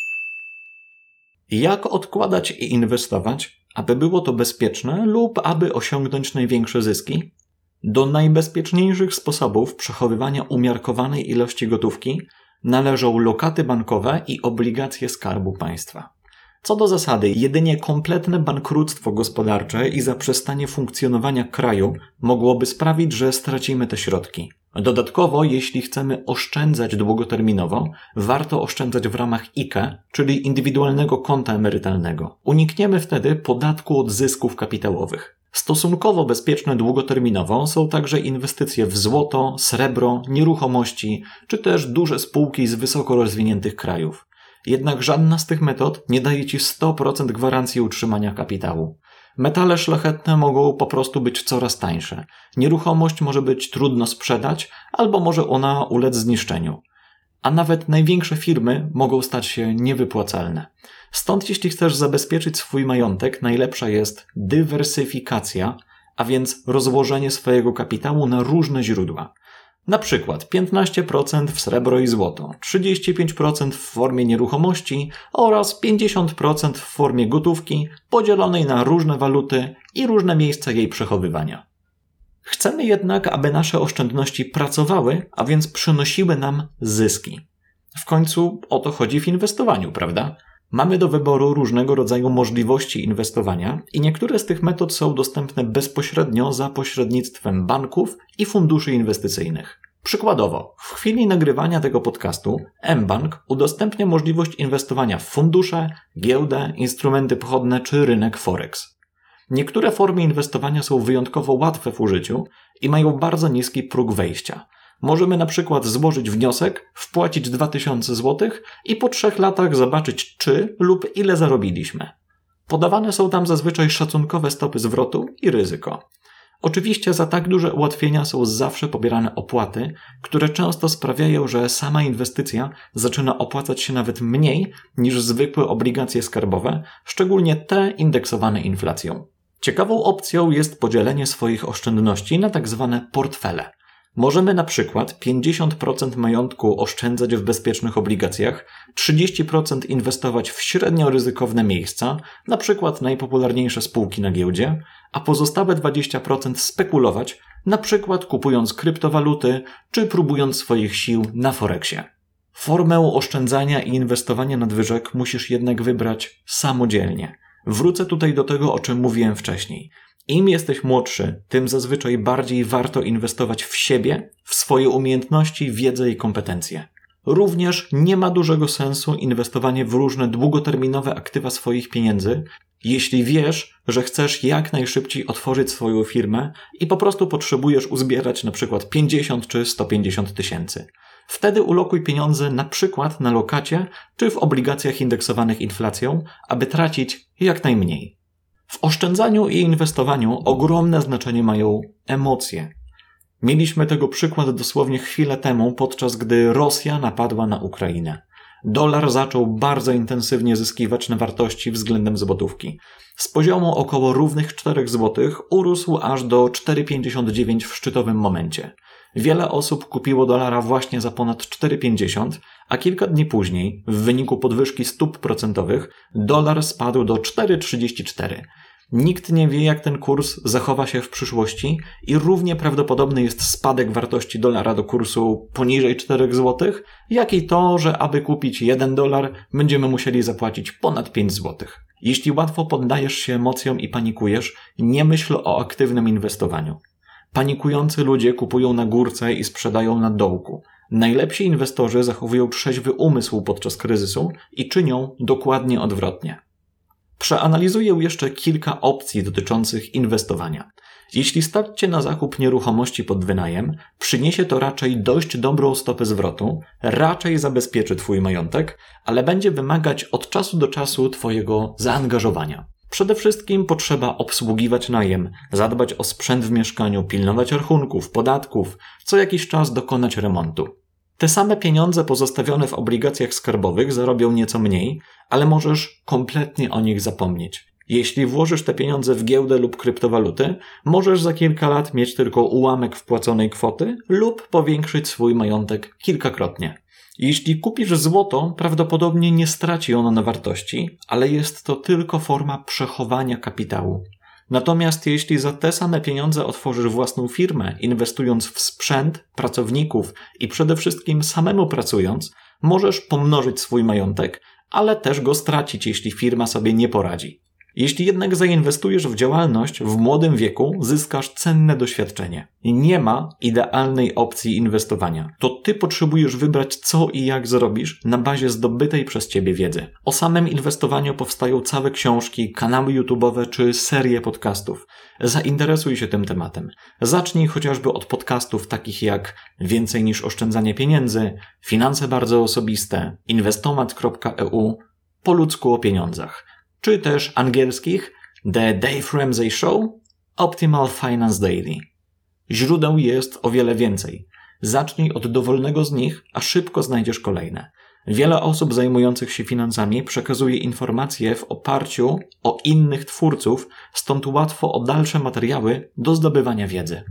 Jak odkładać i inwestować, aby było to bezpieczne lub aby osiągnąć największe zyski? Do najbezpieczniejszych sposobów przechowywania umiarkowanej ilości gotówki należą lokaty bankowe i obligacje Skarbu Państwa. Co do zasady, jedynie kompletne bankructwo gospodarcze i zaprzestanie funkcjonowania kraju mogłoby sprawić, że stracimy te środki. Dodatkowo, jeśli chcemy oszczędzać długoterminowo, warto oszczędzać w ramach IKE, czyli indywidualnego konta emerytalnego. Unikniemy wtedy podatku od zysków kapitałowych. Stosunkowo bezpieczne długoterminowo są także inwestycje w złoto, srebro, nieruchomości, czy też duże spółki z wysoko rozwiniętych krajów. Jednak żadna z tych metod nie daje Ci 100% gwarancji utrzymania kapitału. Metale szlachetne mogą po prostu być coraz tańsze. Nieruchomość może być trudno sprzedać, albo może ona ulec zniszczeniu. A nawet największe firmy mogą stać się niewypłacalne. Stąd jeśli chcesz zabezpieczyć swój majątek, najlepsza jest dywersyfikacja, a więc rozłożenie swojego kapitału na różne źródła. Na przykład 15% w srebro i złoto, 35% w formie nieruchomości oraz 50% w formie gotówki podzielonej na różne waluty i różne miejsca jej przechowywania. Chcemy jednak, aby nasze oszczędności pracowały, a więc przynosiły nam zyski. W końcu o to chodzi w inwestowaniu, prawda? Mamy do wyboru różnego rodzaju możliwości inwestowania i niektóre z tych metod są dostępne bezpośrednio za pośrednictwem banków i funduszy inwestycyjnych. Przykładowo, w chwili nagrywania tego podcastu mBank udostępnia możliwość inwestowania w fundusze, giełdę, instrumenty pochodne czy rynek Forex. Niektóre formy inwestowania są wyjątkowo łatwe w użyciu i mają bardzo niski próg wejścia. Możemy na przykład złożyć wniosek, wpłacić 2000 zł i po 3 latach zobaczyć czy lub ile zarobiliśmy. Podawane są tam zazwyczaj szacunkowe stopy zwrotu i ryzyko. Oczywiście za tak duże ułatwienia są zawsze pobierane opłaty, które często sprawiają, że sama inwestycja zaczyna opłacać się nawet mniej niż zwykłe obligacje skarbowe, szczególnie te indeksowane inflacją. Ciekawą opcją jest podzielenie swoich oszczędności na tak zwane portfele. Możemy na przykład 50% majątku oszczędzać w bezpiecznych obligacjach, 30% inwestować w średnio ryzykowne miejsca, na przykład najpopularniejsze spółki na giełdzie, a pozostałe 20% spekulować, na przykład kupując kryptowaluty czy próbując swoich sił na Forexie. Formę oszczędzania i inwestowania nadwyżek musisz jednak wybrać samodzielnie. Wrócę tutaj do tego, o czym mówiłem wcześniej. Im jesteś młodszy, tym zazwyczaj bardziej warto inwestować w siebie, w swoje umiejętności, wiedzę i kompetencje. Również nie ma dużego sensu inwestowanie w różne długoterminowe aktywa swoich pieniędzy, jeśli wiesz, że chcesz jak najszybciej otworzyć swoją firmę i po prostu potrzebujesz uzbierać na przykład 50 czy 150 tysięcy. Wtedy ulokuj pieniądze na przykład na lokacie czy w obligacjach indeksowanych inflacją, aby tracić jak najmniej. W oszczędzaniu i inwestowaniu ogromne znaczenie mają emocje. Mieliśmy tego przykład dosłownie chwilę temu, podczas gdy Rosja napadła na Ukrainę. Dolar zaczął bardzo intensywnie zyskiwać na wartości względem złotówki. Z poziomu około równych 4 zł urósł aż do 4,59 w szczytowym momencie. Wiele osób kupiło dolara właśnie za ponad 4,50, a kilka dni później, w wyniku podwyżki stóp procentowych, dolar spadł do 4,34. Nikt nie wie, jak ten kurs zachowa się w przyszłości i równie prawdopodobny jest spadek wartości dolara do kursu poniżej 4 zł, jak i to, że aby kupić $1, będziemy musieli zapłacić ponad 5 zł. Jeśli łatwo poddajesz się emocjom i panikujesz, nie myśl o aktywnym inwestowaniu. Panikujący ludzie kupują na górce i sprzedają na dołku. Najlepsi inwestorzy zachowują trzeźwy umysł podczas kryzysu i czynią dokładnie odwrotnie. Przeanalizuję jeszcze kilka opcji dotyczących inwestowania. Jeśli stać Cię na zakup nieruchomości pod wynajem, przyniesie to raczej dość dobrą stopę zwrotu, raczej zabezpieczy Twój majątek, ale będzie wymagać od czasu do czasu Twojego zaangażowania. Przede wszystkim potrzeba obsługiwać najem, zadbać o sprzęt w mieszkaniu, pilnować rachunków, podatków, co jakiś czas dokonać remontu. Te same pieniądze pozostawione w obligacjach skarbowych zarobią nieco mniej, ale możesz kompletnie o nich zapomnieć. Jeśli włożysz te pieniądze w giełdę lub kryptowaluty, możesz za kilka lat mieć tylko ułamek wpłaconej kwoty lub powiększyć swój majątek kilkakrotnie. Jeśli kupisz złoto, prawdopodobnie nie straci ono na wartości, ale jest to tylko forma przechowania kapitału. Natomiast jeśli za te same pieniądze otworzysz własną firmę, inwestując w sprzęt, pracowników i przede wszystkim samemu pracując, możesz pomnożyć swój majątek, ale też go stracić, jeśli firma sobie nie poradzi. Jeśli jednak zainwestujesz w działalność w młodym wieku, zyskasz cenne doświadczenie. Nie ma idealnej opcji inwestowania. To ty potrzebujesz wybrać, co i jak zrobisz na bazie zdobytej przez ciebie wiedzy. O samym inwestowaniu powstają całe książki, kanały YouTube'owe czy serie podcastów. Zainteresuj się tym tematem. Zacznij chociażby od podcastów takich jak Więcej niż oszczędzanie pieniędzy, Finanse bardzo osobiste, Inwestomat.eu, Po ludzku o pieniądzach. Czy też angielskich The Dave Ramsey Show, Optimal Finance Daily. Źródeł jest o wiele więcej. Zacznij od dowolnego z nich, a szybko znajdziesz kolejne. Wiele osób zajmujących się finansami przekazuje informacje w oparciu o innych twórców, stąd łatwo o dalsze materiały do zdobywania wiedzy.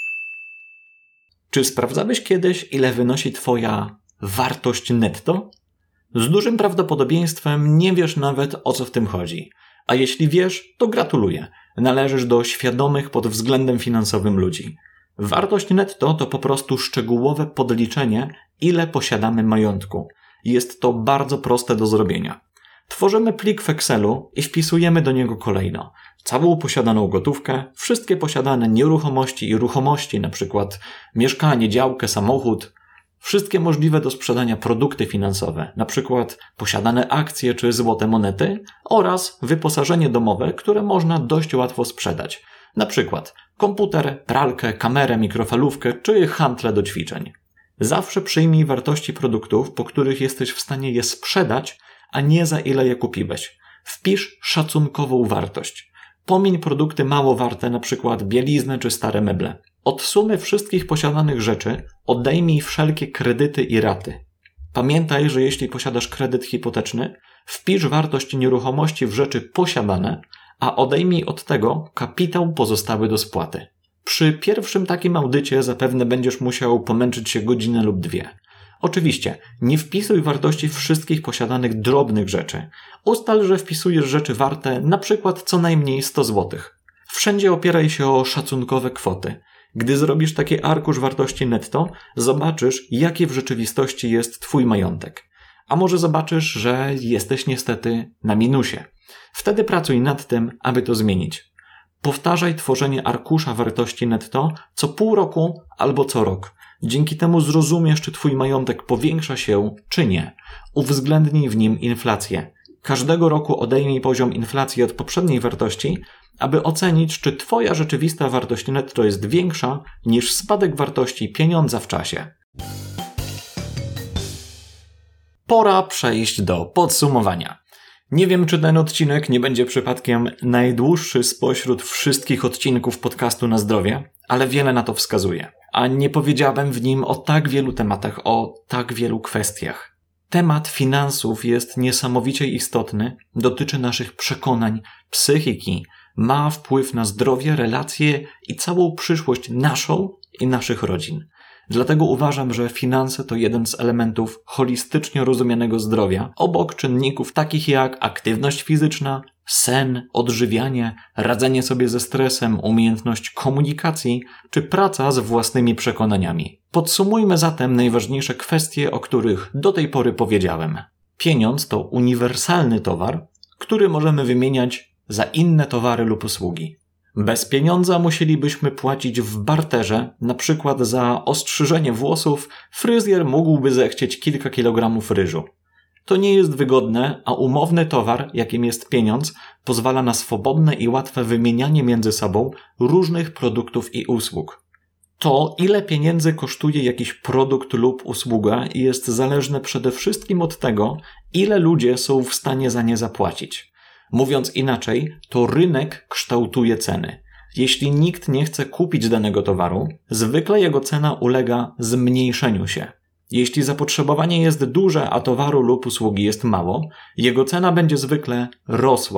Czy sprawdzałeś kiedyś, ile wynosi twoja wartość netto? Z dużym prawdopodobieństwem nie wiesz nawet, o co w tym chodzi. A jeśli wiesz, to gratuluję. Należysz do świadomych pod względem finansowym ludzi. Wartość netto to po prostu szczegółowe podliczenie, ile posiadamy majątku. Jest to bardzo proste do zrobienia. Tworzymy plik w Excelu i wpisujemy do niego kolejno całą posiadaną gotówkę, wszystkie posiadane nieruchomości i ruchomości, np. mieszkanie, działkę, samochód, wszystkie możliwe do sprzedania produkty finansowe, np. posiadane akcje czy złote monety oraz wyposażenie domowe, które można dość łatwo sprzedać, np. komputer, pralkę, kamerę, mikrofalówkę czy hantle do ćwiczeń. Zawsze przyjmij wartości produktów, po których jesteś w stanie je sprzedać, a nie za ile je kupiłeś. Wpisz szacunkową wartość. Pomiń produkty mało warte, np. bieliznę czy stare meble. Od sumy wszystkich posiadanych rzeczy odejmij wszelkie kredyty i raty. Pamiętaj, że jeśli posiadasz kredyt hipoteczny, wpisz wartość nieruchomości w rzeczy posiadane, a odejmij od tego kapitał pozostały do spłaty. Przy pierwszym takim audycie zapewne będziesz musiał pomęczyć się godzinę lub dwie. Oczywiście, nie wpisuj wartości wszystkich posiadanych drobnych rzeczy. Ustal, że wpisujesz rzeczy warte np. co najmniej 100 zł. Wszędzie opieraj się o szacunkowe kwoty. Gdy zrobisz taki arkusz wartości netto, zobaczysz, jaki w rzeczywistości jest twój majątek. A może zobaczysz, że jesteś niestety na minusie. Wtedy pracuj nad tym, aby to zmienić. Powtarzaj tworzenie arkusza wartości netto co pół roku albo co rok. Dzięki temu zrozumiesz, czy twój majątek powiększa się, czy nie. Uwzględnij w nim inflację. Każdego roku odejmij poziom inflacji od poprzedniej wartości, aby ocenić, czy twoja rzeczywista wartość netto jest większa niż spadek wartości pieniądza w czasie. Pora przejść do podsumowania. Nie wiem, czy ten odcinek nie będzie przypadkiem najdłuższy spośród wszystkich odcinków podcastu Na Zdrowie, ale wiele na to wskazuje. A nie powiedziałem w nim o tak wielu tematach, o tak wielu kwestiach. Temat finansów jest niesamowicie istotny, dotyczy naszych przekonań, psychiki, ma wpływ na zdrowie, relacje i całą przyszłość naszą i naszych rodzin. Dlatego uważam, że finanse to jeden z elementów holistycznie rozumianego zdrowia, obok czynników takich jak aktywność fizyczna, sen, odżywianie, radzenie sobie ze stresem, umiejętność komunikacji czy praca z własnymi przekonaniami. Podsumujmy zatem najważniejsze kwestie, o których do tej pory powiedziałem. Pieniądz to uniwersalny towar, który możemy wymieniać za inne towary lub usługi. Bez pieniądza musielibyśmy płacić w barterze, na przykład za ostrzyżenie włosów fryzjer mógłby zechcieć kilka kilogramów ryżu. To nie jest wygodne, a umowny towar, jakim jest pieniądz, pozwala na swobodne i łatwe wymienianie między sobą różnych produktów i usług. To, ile pieniędzy kosztuje jakiś produkt lub usługa, jest zależne przede wszystkim od tego, ile ludzie są w stanie za nie zapłacić. Mówiąc inaczej, to rynek kształtuje ceny. Jeśli nikt nie chce kupić danego towaru, zwykle jego cena ulega zmniejszeniu się. Jeśli zapotrzebowanie jest duże, a towaru lub usługi jest mało, jego cena będzie zwykle rosła.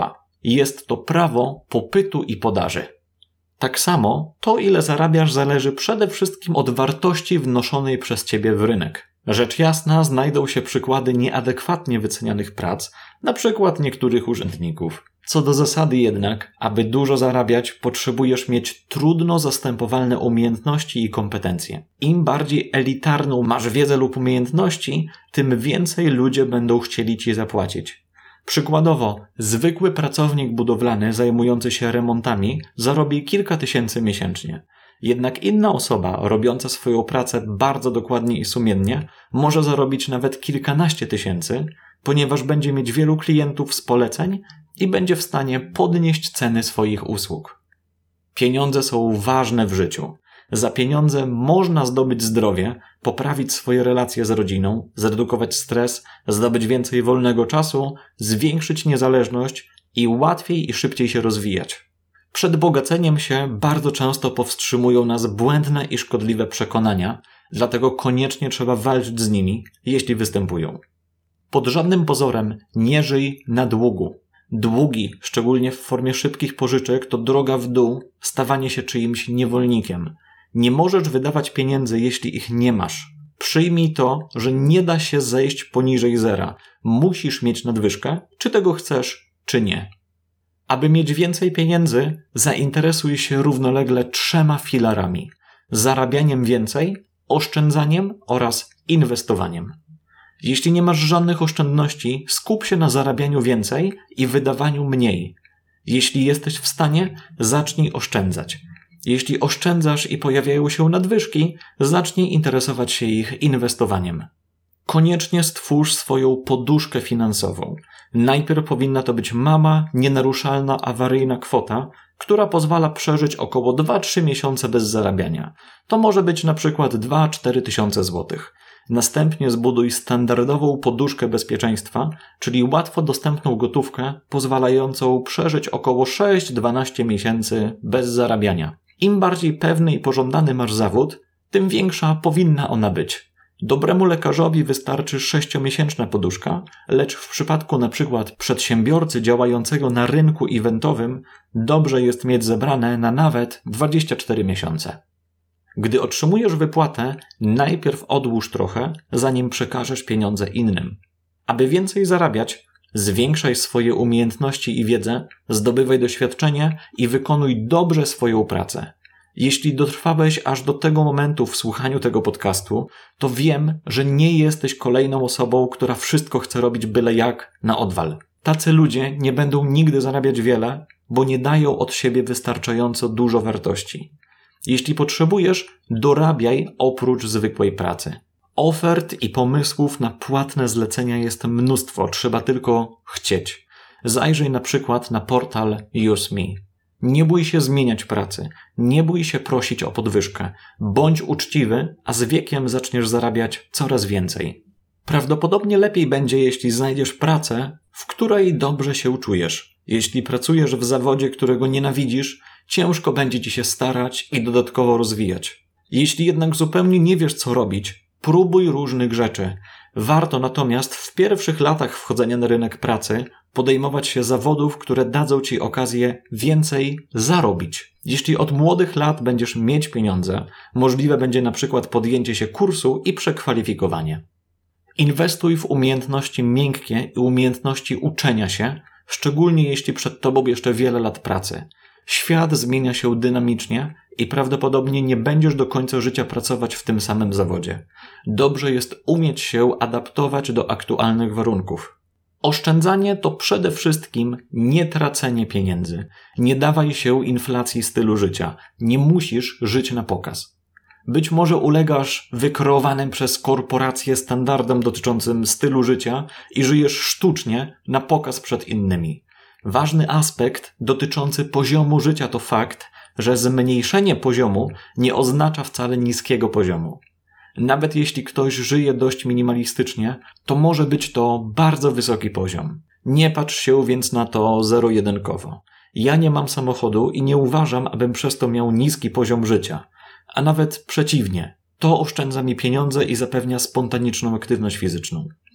Jest to prawo popytu i podaży. Tak samo to, ile zarabiasz, zależy przede wszystkim od wartości wnoszonej przez ciebie w rynek. Rzecz jasna, znajdą się przykłady nieadekwatnie wycenianych prac, na przykład niektórych urzędników. Co do zasady jednak, aby dużo zarabiać, potrzebujesz mieć trudno zastępowalne umiejętności i kompetencje. Im bardziej elitarną masz wiedzę lub umiejętności, tym więcej ludzie będą chcieli ci zapłacić. Przykładowo, zwykły pracownik budowlany zajmujący się remontami zarobi kilka tysięcy miesięcznie. Jednak inna osoba robiąca swoją pracę bardzo dokładnie i sumiennie może zarobić nawet kilkanaście tysięcy, ponieważ będzie mieć wielu klientów z poleceń i będzie w stanie podnieść ceny swoich usług. Pieniądze są ważne w życiu. Za pieniądze można zdobyć zdrowie, poprawić swoje relacje z rodziną, zredukować stres, zdobyć więcej wolnego czasu, zwiększyć niezależność i łatwiej i szybciej się rozwijać. Przed bogaceniem się bardzo często powstrzymują nas błędne i szkodliwe przekonania, dlatego koniecznie trzeba walczyć z nimi, jeśli występują. Pod żadnym pozorem nie żyj na długu. Długi, szczególnie w formie szybkich pożyczek, to droga w dół, stawanie się czyimś niewolnikiem. Nie możesz wydawać pieniędzy, jeśli ich nie masz. Przyjmij to, że nie da się zejść poniżej zera. Musisz mieć nadwyżkę, czy tego chcesz, czy nie. Aby mieć więcej pieniędzy, zainteresuj się równolegle 3 filarami. Zarabianiem więcej, oszczędzaniem oraz inwestowaniem. Jeśli nie masz żadnych oszczędności, skup się na zarabianiu więcej i wydawaniu mniej. Jeśli jesteś w stanie, zacznij oszczędzać. Jeśli oszczędzasz i pojawiają się nadwyżki, zacznij interesować się ich inwestowaniem. Koniecznie stwórz swoją poduszkę finansową. Najpierw powinna to być mała, nienaruszalna, awaryjna kwota, która pozwala przeżyć około 2-3 miesiące bez zarabiania. To może być na przykład 2-4 tysiące złotych. Następnie zbuduj standardową poduszkę bezpieczeństwa, czyli łatwo dostępną gotówkę pozwalającą przeżyć około 6-12 miesięcy bez zarabiania. Im bardziej pewny i pożądany masz zawód, tym większa powinna ona być. Dobremu lekarzowi wystarczy 6-miesięczna poduszka, lecz w przypadku np. przedsiębiorcy działającego na rynku eventowym dobrze jest mieć zebrane na nawet 24 miesiące. Gdy otrzymujesz wypłatę, najpierw odłóż trochę, zanim przekażesz pieniądze innym. Aby więcej zarabiać, zwiększaj swoje umiejętności i wiedzę, zdobywaj doświadczenie i wykonuj dobrze swoją pracę. Jeśli dotrwałeś aż do tego momentu w słuchaniu tego podcastu, to wiem, że nie jesteś kolejną osobą, która wszystko chce robić byle jak na odwal. Tacy ludzie nie będą nigdy zarabiać wiele, bo nie dają od siebie wystarczająco dużo wartości. Jeśli potrzebujesz, dorabiaj oprócz zwykłej pracy. Ofert i pomysłów na płatne zlecenia jest mnóstwo, trzeba tylko chcieć. Zajrzyj na przykład na portal Use Me. Nie bój się zmieniać pracy, nie bój się prosić o podwyżkę. Bądź uczciwy, a z wiekiem zaczniesz zarabiać coraz więcej. Prawdopodobnie lepiej będzie, jeśli znajdziesz pracę, w której dobrze się czujesz. Jeśli pracujesz w zawodzie, którego nienawidzisz, ciężko będzie ci się starać i dodatkowo rozwijać. Jeśli jednak zupełnie nie wiesz, co robić, próbuj różnych rzeczy. Warto natomiast w pierwszych latach wchodzenia na rynek pracy podejmować się zawodów, które dadzą ci okazję więcej zarobić. Jeśli od młodych lat będziesz mieć pieniądze, możliwe będzie na przykład podjęcie się kursu i przekwalifikowanie. Inwestuj w umiejętności miękkie i umiejętności uczenia się, szczególnie jeśli przed tobą jeszcze wiele lat pracy. Świat zmienia się dynamicznie i prawdopodobnie nie będziesz do końca życia pracować w tym samym zawodzie. Dobrze jest umieć się adaptować do aktualnych warunków. Oszczędzanie to przede wszystkim nie tracenie pieniędzy. Nie dawaj się inflacji stylu życia. Nie musisz żyć na pokaz. Być może ulegasz wykreowanym przez korporacje standardom dotyczącym stylu życia i żyjesz sztucznie na pokaz przed innymi. Ważny aspekt dotyczący poziomu życia to fakt, że zmniejszenie poziomu nie oznacza wcale niskiego poziomu. Nawet jeśli ktoś żyje dość minimalistycznie, to może być to bardzo wysoki poziom. Nie patrz się więc na to zero-jedynkowo. Ja nie mam samochodu i nie uważam, abym przez to miał niski poziom życia. A nawet przeciwnie, to oszczędza mi pieniądze i zapewnia spontaniczną aktywność fizyczną.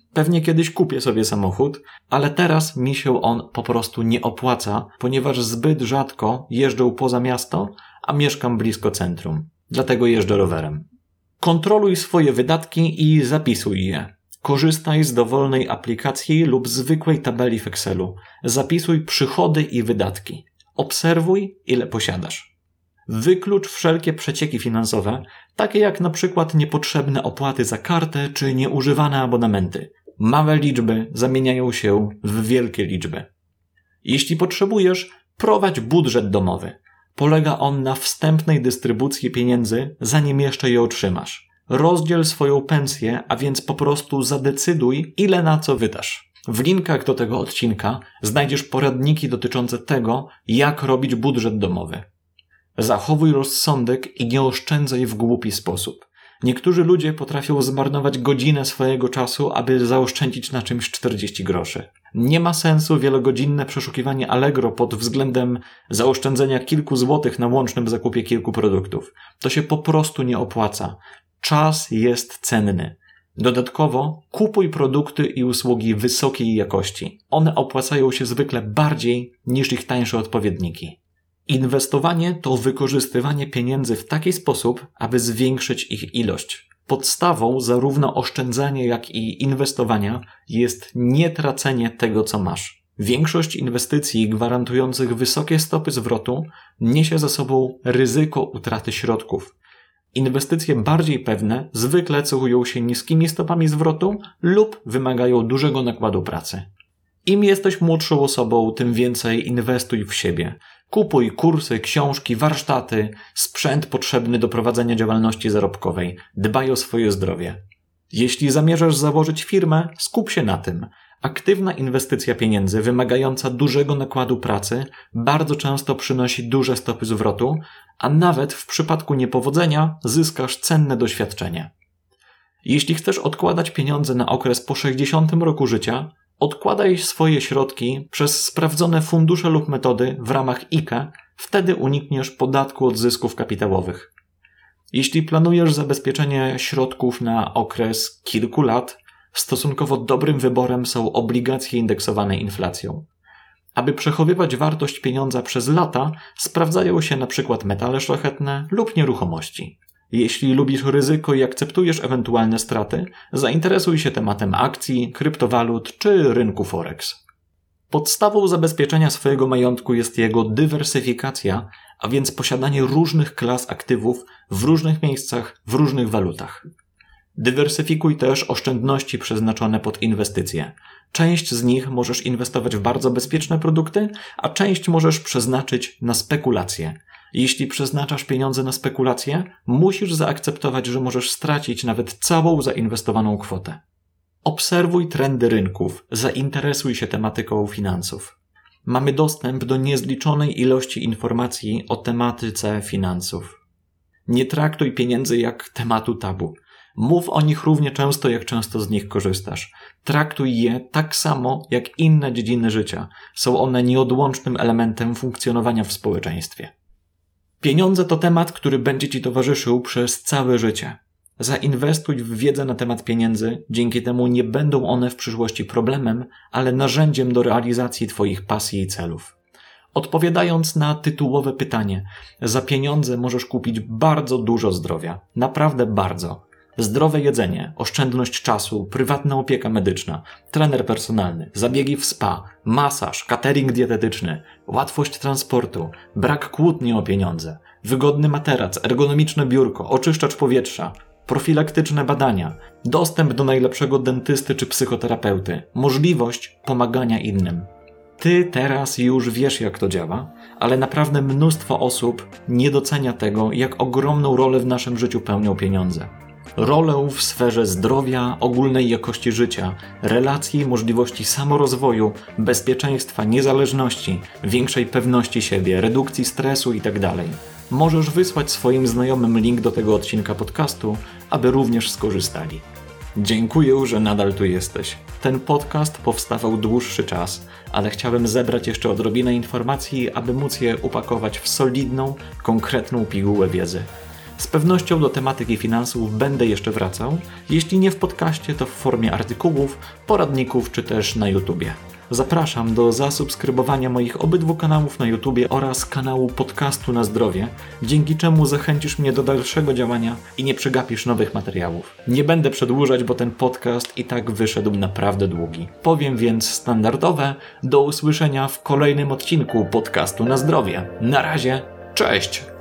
Pewnie kiedyś kupię sobie samochód, ale teraz mi się on po prostu nie opłaca, ponieważ zbyt rzadko jeżdżę poza miasto, a mieszkam blisko centrum. Dlatego jeżdżę rowerem. Kontroluj swoje wydatki i zapisuj je. Korzystaj z dowolnej aplikacji lub zwykłej tabeli w Excelu. Zapisuj przychody i wydatki. Obserwuj, ile posiadasz. Wyklucz wszelkie przecieki finansowe, takie jak na przykład niepotrzebne opłaty za kartę czy nieużywane abonamenty. Małe liczby zamieniają się w wielkie liczby. Jeśli potrzebujesz, prowadź budżet domowy. Polega on na wstępnej dystrybucji pieniędzy, zanim jeszcze je otrzymasz. Rozdziel swoją pensję, a więc po prostu zadecyduj, ile na co wydasz. W linkach do tego odcinka znajdziesz poradniki dotyczące tego, jak robić budżet domowy. Zachowuj rozsądek i nie oszczędzaj w głupi sposób. Niektórzy ludzie potrafią zmarnować godzinę swojego czasu, aby zaoszczędzić na czymś 40 groszy. Nie ma sensu wielogodzinne przeszukiwanie Allegro pod względem zaoszczędzenia kilku złotych na łącznym zakupie kilku produktów. To się po prostu nie opłaca. Czas jest cenny. Dodatkowo kupuj produkty i usługi wysokiej jakości. One opłacają się zwykle bardziej niż ich tańsze odpowiedniki. Inwestowanie to wykorzystywanie pieniędzy w taki sposób, aby zwiększyć ich ilość. Podstawą zarówno oszczędzania, jak i inwestowania jest nietracenie tego, co masz. Większość inwestycji gwarantujących wysokie stopy zwrotu niesie ze sobą ryzyko utraty środków. Inwestycje bardziej pewne zwykle cechują się niskimi stopami zwrotu lub wymagają dużego nakładu pracy. Im jesteś młodszą osobą, tym więcej inwestuj w siebie. Kupuj kursy, książki, warsztaty, sprzęt potrzebny do prowadzenia działalności zarobkowej. Dbaj o swoje zdrowie. Jeśli zamierzasz założyć firmę, skup się na tym. Aktywna inwestycja pieniędzy wymagająca dużego nakładu pracy bardzo często przynosi duże stopy zwrotu, a nawet w przypadku niepowodzenia zyskasz cenne doświadczenie. Jeśli chcesz odkładać pieniądze na okres po 60 roku życia, odkładaj swoje środki przez sprawdzone fundusze lub metody w ramach IKE, wtedy unikniesz podatku od zysków kapitałowych. Jeśli planujesz zabezpieczenie środków na okres kilku lat, stosunkowo dobrym wyborem są obligacje indeksowane inflacją. Aby przechowywać wartość pieniądza przez lata, sprawdzają się np. metale szlachetne lub nieruchomości. Jeśli lubisz ryzyko i akceptujesz ewentualne straty, zainteresuj się tematem akcji, kryptowalut czy rynku Forex. Podstawą zabezpieczenia swojego majątku jest jego dywersyfikacja, a więc posiadanie różnych klas aktywów w różnych miejscach, w różnych walutach. Dywersyfikuj też oszczędności przeznaczone pod inwestycje. Część z nich możesz inwestować w bardzo bezpieczne produkty, a część możesz przeznaczyć na spekulacje. Jeśli przeznaczasz pieniądze na spekulacje, musisz zaakceptować, że możesz stracić nawet całą zainwestowaną kwotę. Obserwuj trendy rynków, zainteresuj się tematyką finansów. Mamy dostęp do niezliczonej ilości informacji o tematyce finansów. Nie traktuj pieniędzy jak tematu tabu. Mów o nich równie często, jak często z nich korzystasz. Traktuj je tak samo, jak inne dziedziny życia. Są one nieodłącznym elementem funkcjonowania w społeczeństwie. Pieniądze to temat, który będzie Ci towarzyszył przez całe życie. Zainwestuj w wiedzę na temat pieniędzy, dzięki temu nie będą one w przyszłości problemem, ale narzędziem do realizacji Twoich pasji i celów. Odpowiadając na tytułowe pytanie, za pieniądze możesz kupić bardzo dużo zdrowia. Naprawdę bardzo. Zdrowe jedzenie, oszczędność czasu, prywatna opieka medyczna, trener personalny, zabiegi w spa, masaż, catering dietetyczny, łatwość transportu, brak kłótni o pieniądze, wygodny materac, ergonomiczne biurko, oczyszczacz powietrza, profilaktyczne badania, dostęp do najlepszego dentysty czy psychoterapeuty, możliwość pomagania innym. Ty teraz już wiesz, jak to działa, ale naprawdę mnóstwo osób nie docenia tego, jak ogromną rolę w naszym życiu pełnią pieniądze. Rolę w sferze zdrowia, ogólnej jakości życia, relacji, możliwości samorozwoju, bezpieczeństwa, niezależności, większej pewności siebie, redukcji stresu itd. Możesz wysłać swoim znajomym link do tego odcinka podcastu, aby również skorzystali. Dziękuję, że nadal tu jesteś. Ten podcast powstawał dłuższy czas, ale chciałem zebrać jeszcze odrobinę informacji, aby móc je upakować w solidną, konkretną pigułę wiedzy. Z pewnością do tematyki finansów będę jeszcze wracał, jeśli nie w podcaście, to w formie artykułów, poradników czy też na YouTubie. Zapraszam do zasubskrybowania moich obydwu kanałów na YouTubie oraz kanału Podcastu na Zdrowie, dzięki czemu zachęcisz mnie do dalszego działania i nie przegapisz nowych materiałów. Nie będę przedłużać, bo ten podcast i tak wyszedł naprawdę długi. Powiem więc standardowe, do usłyszenia w kolejnym odcinku Podcastu na Zdrowie. Na razie, cześć!